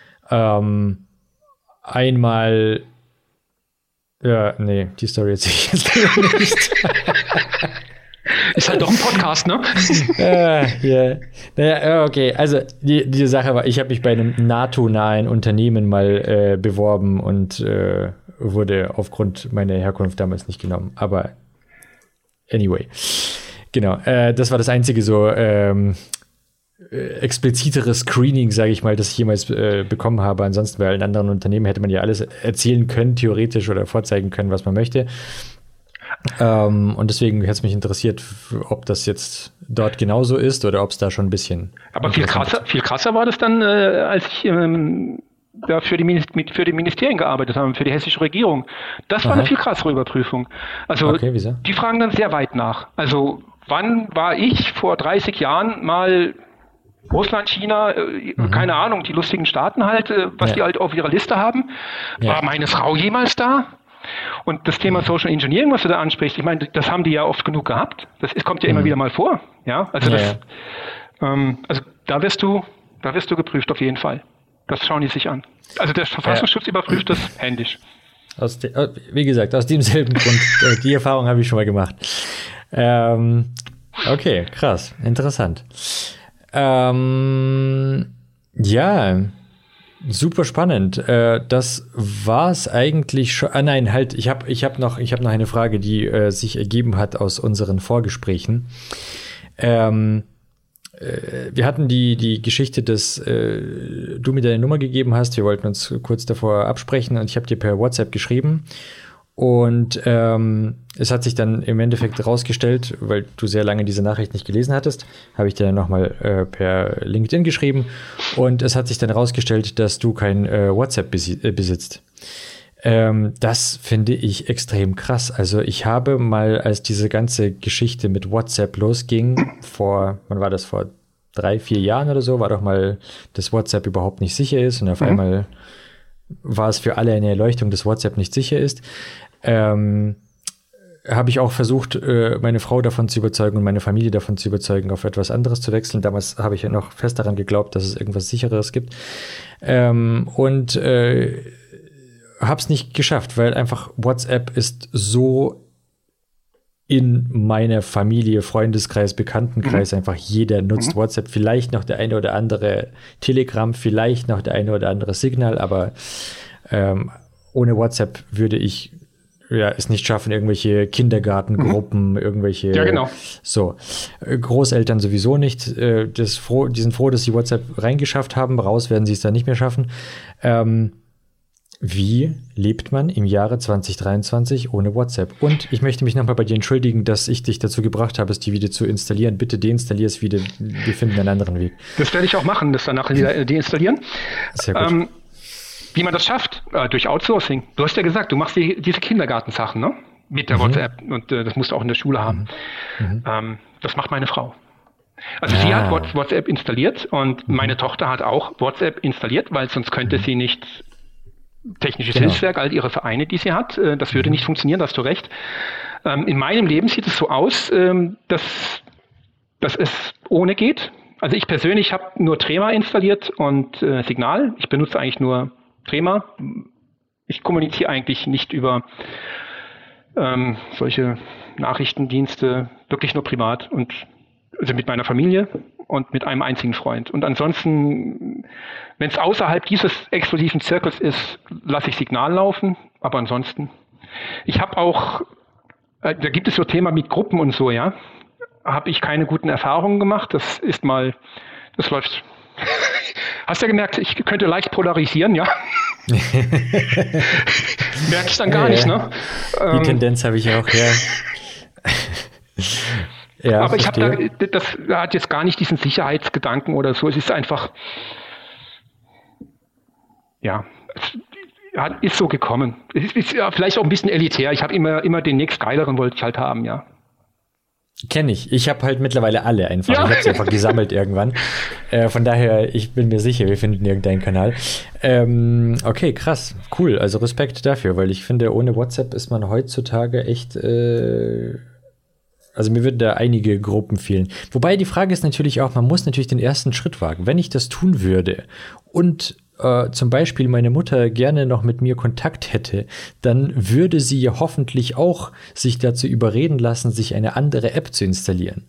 Einmal, ja, nee, die Story erzähle ich jetzt lieber nicht. Ist halt doch ein Podcast, ne? Ja. Naja, okay. Also die Sache war, ich habe mich bei einem NATO-nahen Unternehmen mal beworben und wurde aufgrund meiner Herkunft damals nicht genommen. Aber anyway. Genau. Das war das einzige so explizitere Screening, sage ich mal, das ich jemals bekommen habe. Ansonsten bei allen anderen Unternehmen hätte man ja alles erzählen können, theoretisch, oder vorzeigen können, was man möchte. Und deswegen hätte es mich interessiert, ob das jetzt dort genauso ist oder ob es da schon ein bisschen. Aber viel krasser war das dann, als ich da für die Ministerien gearbeitet habe, für die hessische Regierung. Das war eine viel krassere Überprüfung. Also okay, wieso? Die fragen dann sehr weit nach. Also wann war ich vor 30 Jahren mal Russland, China, keine Ahnung, die lustigen Staaten halt, was die halt auf ihrer Liste haben. War meine Frau jemals da? Und das Thema Social Engineering, was du da ansprichst, ich meine, das haben die ja oft genug gehabt. Kommt ja immer wieder mal vor. Ja, also also da wirst du geprüft auf jeden Fall. Das schauen die sich an. Also der Verfassungsschutz überprüft das händisch. Wie gesagt, aus demselben Grund. Die Erfahrung habe ich schon mal gemacht. Okay, krass, interessant. Ja. Super spannend. Das war's eigentlich schon. Nein, halt, ich hab noch eine Frage, die sich ergeben hat aus unseren Vorgesprächen. Wir hatten die Geschichte, dass du mir deine Nummer gegeben hast. Wir wollten uns kurz davor absprechen und ich habe dir per WhatsApp geschrieben. Und es hat sich dann im Endeffekt herausgestellt, weil du sehr lange diese Nachricht nicht gelesen hattest, habe ich dir dann nochmal per LinkedIn geschrieben. Und es hat sich dann herausgestellt, dass du kein WhatsApp besitzt. Das finde ich extrem krass. Also ich habe mal, als diese ganze Geschichte mit WhatsApp losging, wann war das, vor 3-4 Jahren oder so, war doch mal, dass WhatsApp überhaupt nicht sicher ist. Und auf einmal war es für alle eine Erleuchtung, dass WhatsApp nicht sicher ist. Habe ich auch versucht, meine Frau davon zu überzeugen und meine Familie davon zu überzeugen, auf etwas anderes zu wechseln. Damals habe ich ja noch fest daran geglaubt, dass es irgendwas Sichereres gibt. Und habe es nicht geschafft, weil einfach WhatsApp ist so in meiner Familie, Freundeskreis, Bekanntenkreis, einfach jeder nutzt WhatsApp. Vielleicht noch der eine oder andere Telegram, vielleicht noch der eine oder andere Signal, aber ohne WhatsApp würde ich es nicht schaffen, irgendwelche Kindergartengruppen, irgendwelche Großeltern sowieso nicht. Die sind froh, dass sie WhatsApp reingeschafft haben. Raus werden sie es dann nicht mehr schaffen. Wie lebt man im Jahre 2023 ohne WhatsApp? Und ich möchte mich nochmal bei dir entschuldigen, dass ich dich dazu gebracht habe, es die wieder zu installieren. Bitte deinstallier es wieder. Wir finden einen anderen Weg. Das werde ich auch machen, das danach wieder deinstallieren. Sehr gut. Wie man das schafft? Durch Outsourcing. Du hast ja gesagt, du machst diese Kindergartensachen, ne? Mit der WhatsApp. Und das musst du auch in der Schule haben. Das macht meine Frau. Also sie hat WhatsApp installiert und meine Tochter hat auch WhatsApp installiert, weil sonst könnte sie nicht technisches Hilfswerk, all ihre Vereine, die sie hat, das würde nicht funktionieren, da hast du recht. In meinem Leben sieht es so aus, dass es ohne geht. Also ich persönlich habe nur Trema installiert und Signal. Ich benutze eigentlich nur Trema. Ich kommuniziere eigentlich nicht über solche Nachrichtendienste, wirklich nur privat und also mit meiner Familie und mit einem einzigen Freund. Und ansonsten, wenn es außerhalb dieses exklusiven Zirkels ist, lasse ich Signal laufen. Aber ansonsten, ich habe auch, da gibt es so Thema mit Gruppen und so, ja, habe ich keine guten Erfahrungen gemacht. Das läuft. Hast ja gemerkt, ich könnte leicht polarisieren, ja. Merke ich dann gar nicht, ne? Die Tendenz habe ich auch, ja. Ja, aber das hat jetzt gar nicht diesen Sicherheitsgedanken oder so. Es ist einfach, ja, es ist so gekommen. Es ist ja vielleicht auch ein bisschen elitär. Ich habe immer den nächstgeileren wollte ich halt haben, ja. Kenne ich. Ich habe halt mittlerweile alle einfach. Ja. Ich habe sie einfach gesammelt irgendwann. Von daher, ich bin mir sicher, wir finden irgendeinen Kanal. Okay, krass. Cool. Also Respekt dafür, weil ich finde, ohne WhatsApp ist man heutzutage echt... Also mir würden da einige Gruppen fehlen. Wobei die Frage ist natürlich auch, man muss natürlich den ersten Schritt wagen. Wenn ich das tun würde und zum Beispiel meine Mutter gerne noch mit mir Kontakt hätte, dann würde sie ja hoffentlich auch sich dazu überreden lassen, sich eine andere App zu installieren.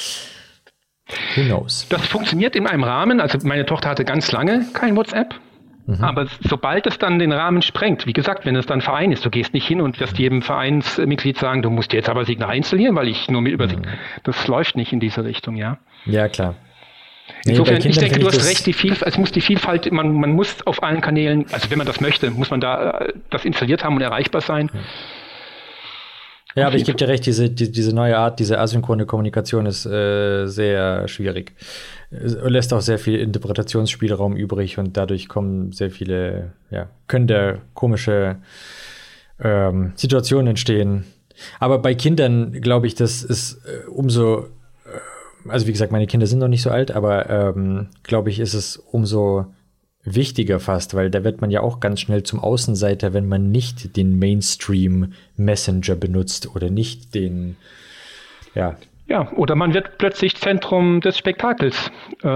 Who knows? Das funktioniert in einem Rahmen. Also meine Tochter hatte ganz lange kein WhatsApp. Aber sobald es dann den Rahmen sprengt, wie gesagt, wenn es dann Verein ist, du gehst nicht hin und wirst jedem Vereinsmitglied sagen, du musst jetzt aber Signal installieren, weil ich nur mit über das läuft nicht in diese Richtung, ja. Ja, klar. Insofern, ich denke, du hast recht, es muss die Vielfalt, man muss auf allen Kanälen, also wenn man das möchte, muss man da das installiert haben und erreichbar sein. Ja, aber ich gebe dir recht, diese neue Art, diese asynchrone Kommunikation ist sehr schwierig. Lässt auch sehr viel Interpretationsspielraum übrig und dadurch kommen sehr viele, können da komische Situationen entstehen. Aber bei Kindern, glaube ich, das ist umso, also wie gesagt, meine Kinder sind noch nicht so alt, aber glaube ich, ist es umso wichtiger fast, weil da wird man ja auch ganz schnell zum Außenseiter, wenn man nicht den Mainstream-Messenger benutzt oder nicht den, Ja, oder man wird plötzlich Zentrum des Spektakels,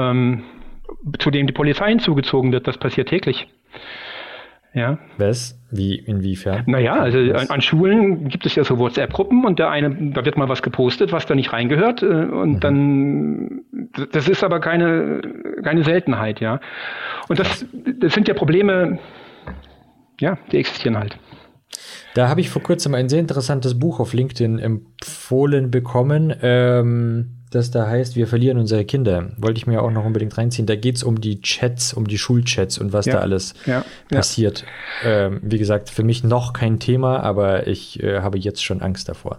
zu dem die Polizei hinzugezogen wird. Das passiert täglich. Ja. Was? Wie, inwiefern? Naja, also an Schulen gibt es ja so WhatsApp-Gruppen und da wird mal was gepostet, was da nicht reingehört und dann, das ist aber keine Seltenheit, ja. Und das sind ja Probleme, ja, die existieren halt. Da habe ich vor kurzem ein sehr interessantes Buch auf LinkedIn empfohlen bekommen, das da heißt, wir verlieren unsere Kinder. Wollte ich mir auch noch unbedingt reinziehen. Da geht es um die Chats, um die Schulchats und was da alles passiert. Wie gesagt, für mich noch kein Thema, aber ich habe jetzt schon Angst davor.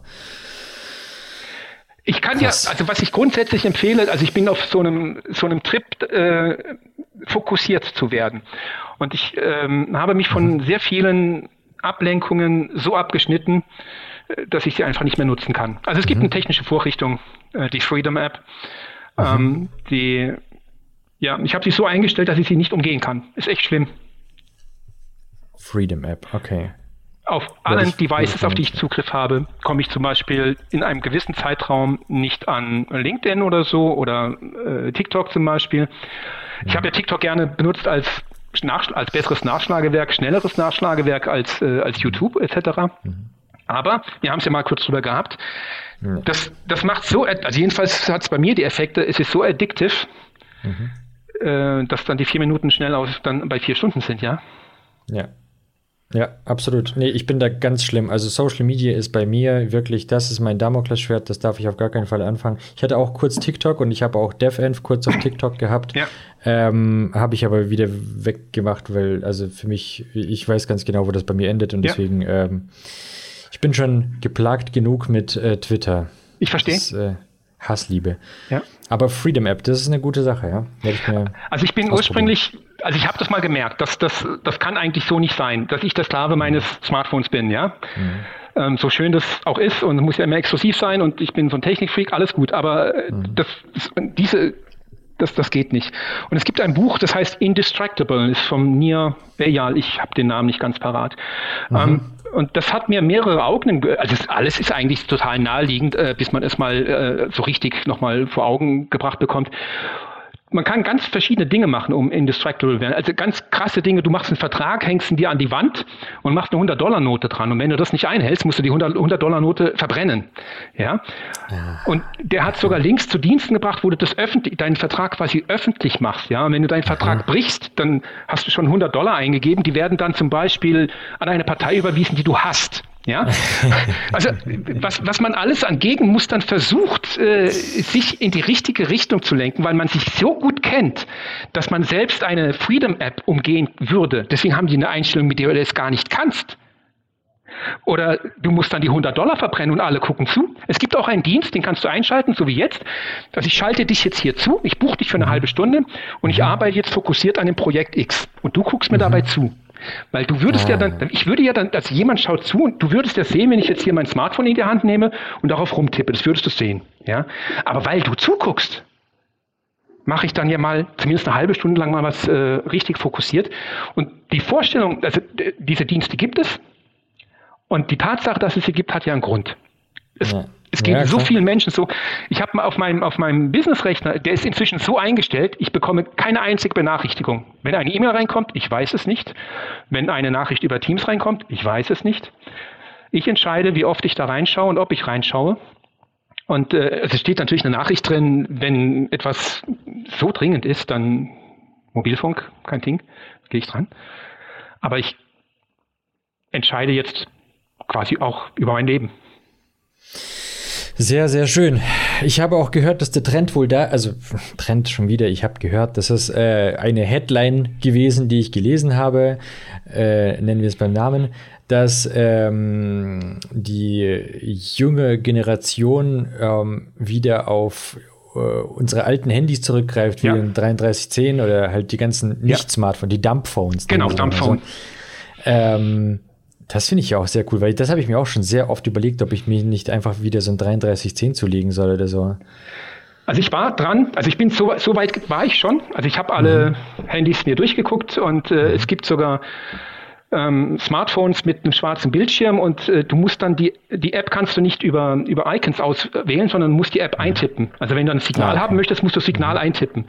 Ich kann also was ich grundsätzlich empfehle, also ich bin auf so einem Trip, fokussiert zu werden. Und ich habe mich von sehr vielen Ablenkungen so abgeschnitten, dass ich sie einfach nicht mehr nutzen kann. Also es gibt eine technische Vorrichtung, die Freedom App, ich habe sie so eingestellt, dass ich sie nicht umgehen kann. Ist echt schlimm. Freedom App, okay. Auf allen Devices, auf die ich Zugriff habe, komme ich zum Beispiel in einem gewissen Zeitraum nicht an LinkedIn oder so oder TikTok zum Beispiel. Ich habe ja TikTok gerne benutzt als besseres Nachschlagewerk, schnelleres Nachschlagewerk als YouTube etc. Aber wir haben es ja mal kurz drüber gehabt. Das macht so, also jedenfalls hat es bei mir die Effekte, es ist so addictive, dass dann die 4 Minuten schnell dann bei 4 Stunden sind, ja? Ja, absolut. Nee, ich bin da ganz schlimm. Also Social Media ist bei mir wirklich, das ist mein Damoklesschwert, das darf ich auf gar keinen Fall anfangen. Ich hatte auch kurz TikTok und ich habe auch DevEnv kurz auf TikTok gehabt. Ja. Habe ich aber wieder weggemacht, weil also für mich, ich weiß ganz genau, wo das bei mir endet und deswegen, ich bin schon geplagt genug mit Twitter. Ich verstehe. Hassliebe. Ja. Aber Freedom App, das ist eine gute Sache, ja. Also ich bin ursprünglich, also ich habe das mal gemerkt, das kann eigentlich so nicht sein, dass ich der Sklave meines Smartphones bin, ja. So schön das auch ist und es muss ja immer exklusiv sein und ich bin so ein Technikfreak, alles gut, aber das geht nicht. Und es gibt ein Buch, das heißt Indistractable, ist vom Nir Eyal, ich habe den Namen nicht ganz parat. Und das hat mir mehrere Augen, also alles ist eigentlich total naheliegend, bis man es mal so richtig nochmal vor Augen gebracht bekommt. Man kann ganz verschiedene Dinge machen, um indistractable zu werden. Also ganz krasse Dinge. Du machst einen Vertrag, hängst ihn dir an die Wand und machst eine $100-Note dran. Und wenn du das nicht einhältst, musst du die $100-Note verbrennen. Ja? Und der hat sogar Links zu Diensten gebracht, wo du deinen Vertrag quasi öffentlich machst. Ja? Und wenn du deinen Vertrag brichst, dann hast du schon $100 eingegeben. Die werden dann zum Beispiel an eine Partei überwiesen, die du hast. Ja, also was man alles an Gegenmustern versucht, sich in die richtige Richtung zu lenken, weil man sich so gut kennt, dass man selbst eine Freedom-App umgehen würde. Deswegen haben die eine Einstellung, mit der du das gar nicht kannst. Oder du musst dann die $100 verbrennen und alle gucken zu. Es gibt auch einen Dienst, den kannst du einschalten, so wie jetzt. Also ich schalte dich jetzt hier zu, ich buche dich für eine halbe Stunde und ich arbeite jetzt fokussiert an dem Projekt X. Und du guckst mir dabei zu. Weil du würdest ich würde ja dann, also jemand schaut zu und du würdest ja sehen, wenn ich jetzt hier mein Smartphone in die Hand nehme und darauf rumtippe, das würdest du sehen, ja. Aber weil du zuguckst, mache ich dann ja mal zumindest eine halbe Stunde lang mal was richtig fokussiert. Und die Vorstellung, also diese Dienste gibt es und die Tatsache, dass es sie gibt, hat ja einen Grund. Es geht so vielen Menschen so. Ich habe mal auf meinem Business-Rechner, der ist inzwischen so eingestellt, ich bekomme keine einzige Benachrichtigung. Wenn eine E-Mail reinkommt, ich weiß es nicht. Wenn eine Nachricht über Teams reinkommt, ich weiß es nicht. Ich entscheide, wie oft ich da reinschaue und ob ich reinschaue. Und es steht natürlich eine Nachricht drin, wenn etwas so dringend ist, dann Mobilfunk, kein Ding, gehe ich dran. Aber ich entscheide jetzt quasi auch über mein Leben. Sehr, sehr schön. Ich habe auch gehört, dass der Trend wohl Trend schon wieder, ich habe gehört, das ist eine Headline gewesen, die ich gelesen habe, nennen wir es beim Namen, dass die junge Generation wieder auf unsere alten Handys zurückgreift, wie ein 3310 oder halt die ganzen Nicht-Smartphones, die Dump-Phones. Genau, Dump-Phone. Das finde ich ja auch sehr cool, weil das habe ich mir auch schon sehr oft überlegt, ob ich mir nicht einfach wieder so ein 3310 zulegen soll oder so. Also ich war dran, also ich bin so weit war ich schon. Also ich habe alle Handys mir durchgeguckt und es gibt sogar Smartphones mit einem schwarzen Bildschirm und du musst dann die App kannst du nicht über Icons auswählen, sondern musst die App eintippen. Also wenn du ein Signal haben möchtest, musst du das Signal eintippen.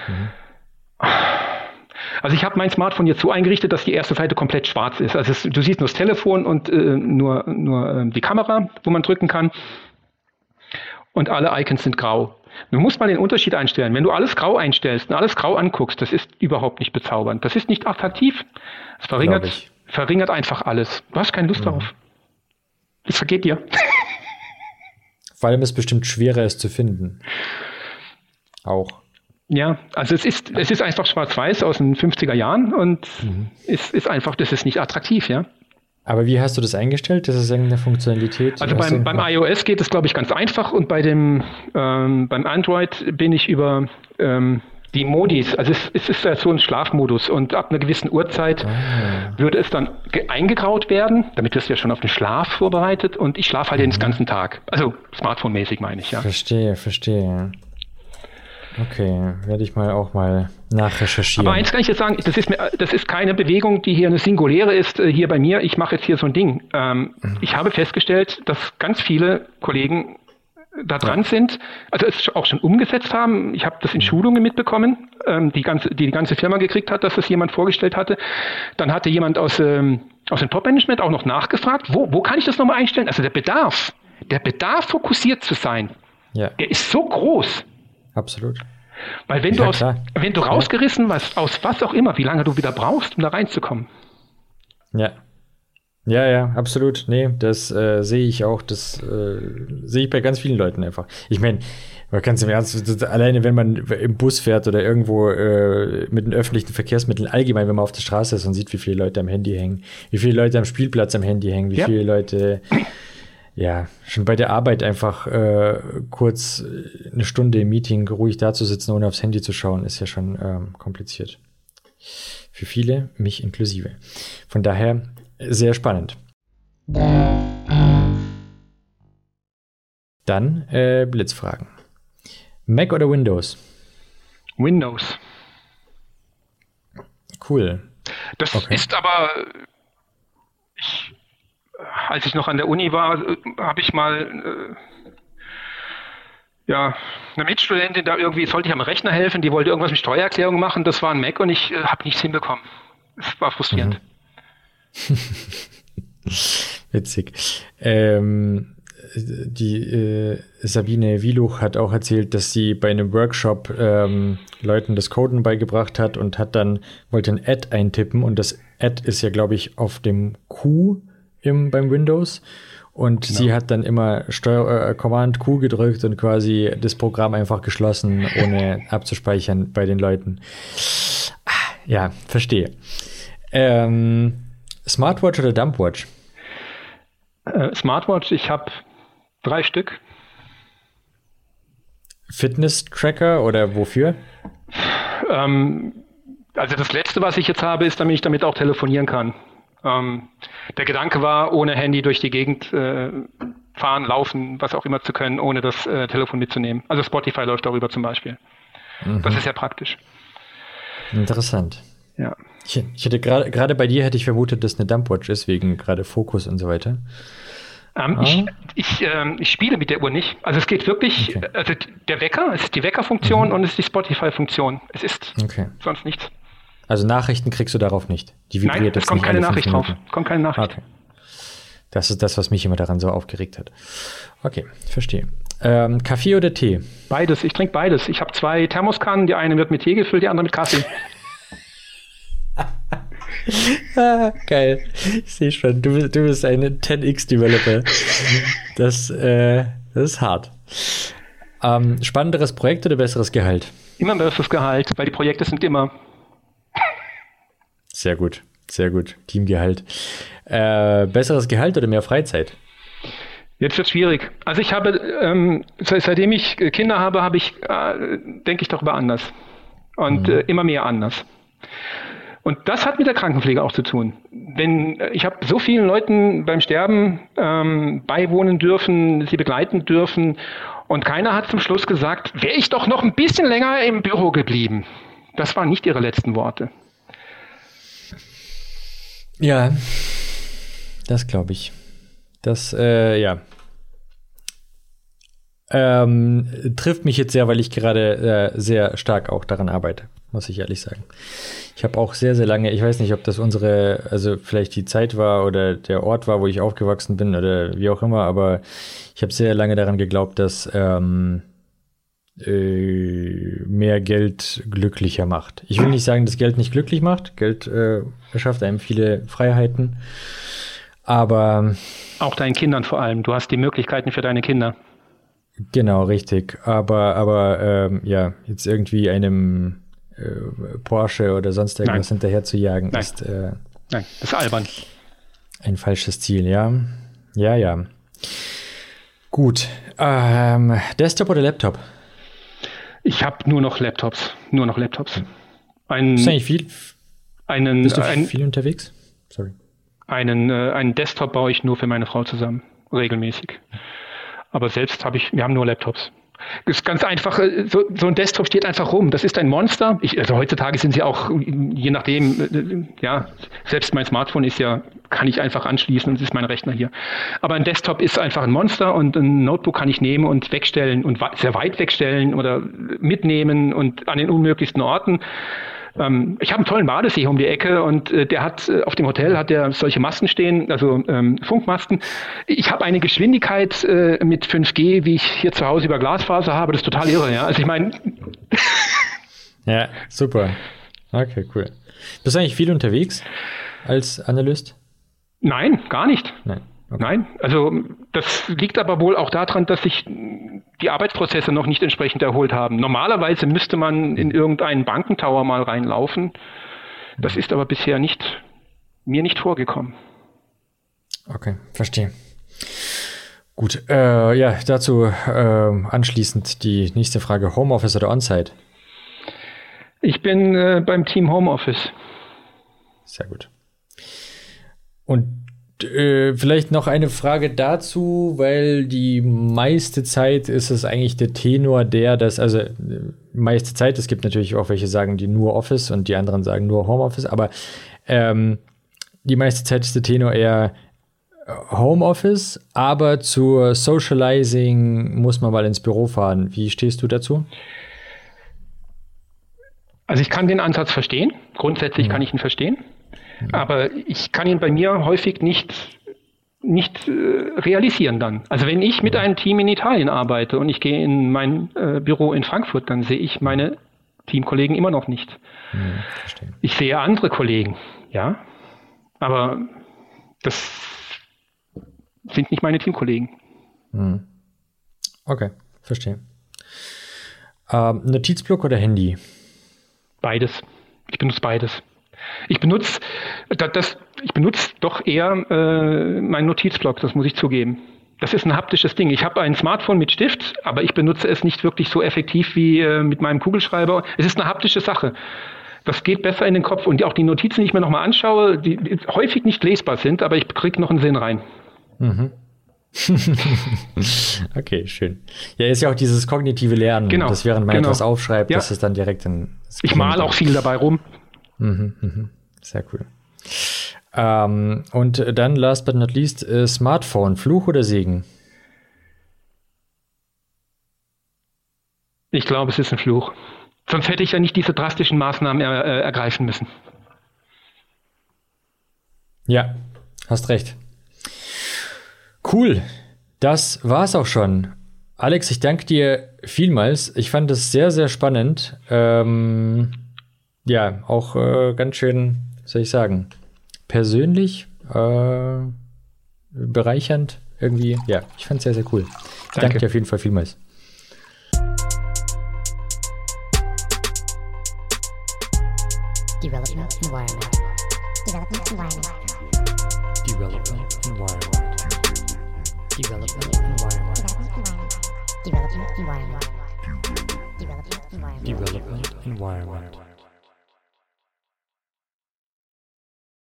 Also ich habe mein Smartphone jetzt so eingerichtet, dass die erste Seite komplett schwarz ist. Also du siehst nur das Telefon und nur die Kamera, wo man drücken kann. Und alle Icons sind grau. Du musst mal den Unterschied einstellen. Wenn du alles grau einstellst und alles grau anguckst, das ist überhaupt nicht bezaubernd. Das ist nicht attraktiv. Es verringert einfach alles. Du hast keine Lust darauf. Es vergeht dir. Vor allem ist es bestimmt schwerer, es zu finden. Auch. Ja, also es ist einfach schwarz-weiß aus den 50er Jahren und es ist einfach, das ist nicht attraktiv, ja. Aber wie hast du das eingestellt? Das ist irgendeine Funktionalität? Also beim iOS geht es, glaube ich, ganz einfach und beim Android bin ich über die Modis, also es ist ja so ein Schlafmodus und ab einer gewissen Uhrzeit würde es dann eingegraut werden, damit wirst du ja schon auf den Schlaf vorbereitet und ich schlafe halt den ganzen Tag. Also Smartphone-mäßig meine ich, ja. Verstehe. Okay, werde ich auch mal nachrecherchieren. Aber eins kann ich jetzt sagen, das ist keine Bewegung, die hier eine singuläre ist, hier bei mir. Ich mache jetzt hier so ein Ding. Ich habe festgestellt, dass ganz viele Kollegen da dran sind, also es auch schon umgesetzt haben. Ich habe das in Schulungen mitbekommen, die ganze Firma gekriegt hat, dass das jemand vorgestellt hatte. Dann hatte jemand aus dem Top-Management auch noch nachgefragt, wo kann ich das nochmal einstellen? Also der Bedarf fokussiert zu sein, der ist so groß. Absolut. Weil wenn du rausgerissen warst, aus was auch immer, wie lange du wieder brauchst, um da reinzukommen. Ja, absolut. Nee, das sehe ich auch. Das sehe ich bei ganz vielen Leuten einfach. Ich meine, ganz im Ernst, alleine wenn man im Bus fährt oder irgendwo mit den öffentlichen Verkehrsmitteln, allgemein, wenn man auf der Straße ist und sieht, wie viele Leute am Handy hängen, wie viele Leute am Spielplatz am Handy hängen, wie viele Leute schon bei der Arbeit einfach kurz eine Stunde im Meeting ruhig da zu sitzen, ohne aufs Handy zu schauen, ist ja schon kompliziert. Für viele, mich inklusive. Von daher sehr spannend. Dann Blitzfragen. Mac oder Windows? Windows. Cool. Das ist aber... Als ich noch an der Uni war, habe ich mal eine Mitstudentin da sollte ich am Rechner helfen, die wollte irgendwas mit Steuererklärung machen, das war ein Mac und ich habe nichts hinbekommen. Es war frustrierend. Witzig. Die Sabine Wieluch hat auch erzählt, dass sie bei einem Workshop Leuten das Coden beigebracht hat und wollte ein Add eintippen und das Add ist ja, glaube ich, auf dem Q beim Windows und sie hat dann immer Command Q gedrückt und quasi das Programm einfach geschlossen, ohne abzuspeichern bei den Leuten. Ja, verstehe. Smartwatch oder Dumpwatch? Smartwatch, ich habe 3 Stück. Fitness-Tracker oder wofür? Also das Letzte, was ich jetzt habe, ist, damit ich damit auch telefonieren kann. Der Gedanke war, ohne Handy durch die Gegend fahren, laufen, was auch immer zu können, ohne das Telefon mitzunehmen. Also Spotify läuft darüber zum Beispiel. Das ist ja praktisch. Interessant. Ja. Ich hätte gerade bei dir hätte ich vermutet, dass eine Dumpwatch ist, wegen gerade Fokus und so weiter. Ich spiele mit der Uhr nicht. Also es geht wirklich, Okay. also der Wecker, es ist die Weckerfunktion und es ist die Spotify-Funktion. Es ist sonst nichts. Also Nachrichten kriegst du darauf nicht. Die vibriert Nein, jetzt es kommt nicht keine alle 5 Nachricht drauf. Minuten. Kommt keine Nachricht. Okay. Das ist das, was mich immer daran so aufgeregt hat. Okay, verstehe. Kaffee oder Tee? Beides, ich trinke beides. Ich habe 2 Thermoskannen, die eine wird mit Tee gefüllt, die andere mit Kaffee. Geil. Ich sehe schon, du bist ein 10x-Developer. Das ist hart. Spannenderes Projekt oder besseres Gehalt? Immer besseres Gehalt, weil die Projekte sind immer. Sehr gut, sehr gut. Teamgehalt. Besseres Gehalt oder mehr Freizeit? Jetzt wird schwierig. Also ich habe, seitdem ich Kinder habe, denke ich darüber anders. Und immer mehr anders. Und das hat mit der Krankenpflege auch zu tun. Ich habe so vielen Leuten beim Sterben beiwohnen dürfen, sie begleiten dürfen und keiner hat zum Schluss gesagt, wäre ich doch noch ein bisschen länger im Büro geblieben. Das waren nicht ihre letzten Worte. Ja, das glaube ich. Das, ja. Trifft mich jetzt sehr, weil ich gerade sehr stark auch daran arbeite, muss ich ehrlich sagen. Ich habe auch sehr, sehr lange, ich weiß nicht, ob das also vielleicht die Zeit war oder der Ort war, wo ich aufgewachsen bin oder wie auch immer, aber ich habe sehr lange daran geglaubt, dass mehr Geld glücklicher macht. Ich will nicht sagen, dass Geld nicht glücklich macht. Geld verschafft einem viele Freiheiten, aber auch deinen Kindern vor allem. Du hast die Möglichkeiten für deine Kinder. Genau, richtig. Aber ja, jetzt irgendwie einem Porsche oder sonst irgendwas hinterher zu jagen, ist Nein, das ist albern. Ein falsches Ziel, ja. Ja. Gut. Desktop oder Laptop? Ich habe nur noch Laptops. Bist du eigentlich Bist du viel unterwegs? Sorry. Einen Desktop baue ich nur für meine Frau zusammen, regelmäßig. Aber selbst wir haben nur Laptops. Das ist ganz einfach, so ein Desktop steht einfach rum. Das ist ein Monster. Also heutzutage sind sie auch, je nachdem, selbst mein Smartphone kann ich einfach anschließen und es ist mein Rechner hier. Aber ein Desktop ist einfach ein Monster und ein Notebook kann ich nehmen und wegstellen und sehr weit wegstellen oder mitnehmen und an den unmöglichsten Orten. Ich habe einen tollen Badesee um die Ecke und der hat auf dem Hotel solche Masten stehen, also Funkmasten. Ich habe eine Geschwindigkeit mit 5G, wie ich hier zu Hause über Glasfaser habe. Das ist total irre, ja. Also ich meine. Ja, super. Okay, cool. Bist du eigentlich viel unterwegs als Analyst? Nein, gar nicht. Nein. Okay. Nein, also das liegt aber wohl auch daran, dass sich die Arbeitsprozesse noch nicht entsprechend erholt haben. Normalerweise müsste man in irgendeinen Bankentower mal reinlaufen. Das ist aber bisher mir nicht vorgekommen. Okay, verstehe. Gut, ja, dazu anschließend die nächste Frage. Homeoffice oder On-Site? Ich bin beim Team Homeoffice. Sehr gut. Und vielleicht noch eine Frage dazu, weil die meiste Zeit ist es eigentlich der Tenor meiste Zeit, es gibt natürlich auch welche sagen, die nur Office und die anderen sagen nur Homeoffice, aber die meiste Zeit ist der Tenor eher Homeoffice, aber zur Socializing muss man mal ins Büro fahren. Wie stehst du dazu? Also ich kann den Ansatz verstehen, grundsätzlich kann ich ihn verstehen. Aber ich kann ihn bei mir häufig nicht realisieren dann. Also wenn ich mit einem Team in Italien arbeite und ich gehe in mein Büro in Frankfurt, dann sehe ich meine Teamkollegen immer noch nicht. Verstehe. Ich sehe andere Kollegen, ja, aber das sind nicht meine Teamkollegen. Okay, verstehe. Notizblock oder Handy? Beides. Ich benutze beides. Ich benutze doch eher meinen Notizblock, das muss ich zugeben. Das ist ein haptisches Ding. Ich habe ein Smartphone mit Stift, aber ich benutze es nicht wirklich so effektiv wie mit meinem Kugelschreiber. Es ist eine haptische Sache. Das geht besser in den Kopf. Und auch die Notizen, die ich mir nochmal anschaue, die häufig nicht lesbar sind, aber ich kriege noch einen Sinn rein. Mhm. Okay, schön. Ja, ist ja auch dieses kognitive Lernen, Genau, dass während man etwas aufschreibt, Ja. dass es dann direkt in... Ich male auch viel dabei rum. Sehr cool. Und dann, last but not least, Smartphone, Fluch oder Segen? Ich glaube, es ist ein Fluch. Sonst hätte ich ja nicht diese drastischen Maßnahmen ergreifen müssen. Ja, hast recht. Cool, das war's auch schon. Alex, ich danke dir vielmals. Ich fand es sehr, sehr spannend. Ja, auch ganz schön, was soll ich sagen, persönlich, bereichernd irgendwie. Ja, ich fand es sehr, sehr cool. Ich danke dir auf jeden Fall vielmals. Development environment. Development environment. Development environment. Development environment. Development environment. Development environment. Development environment.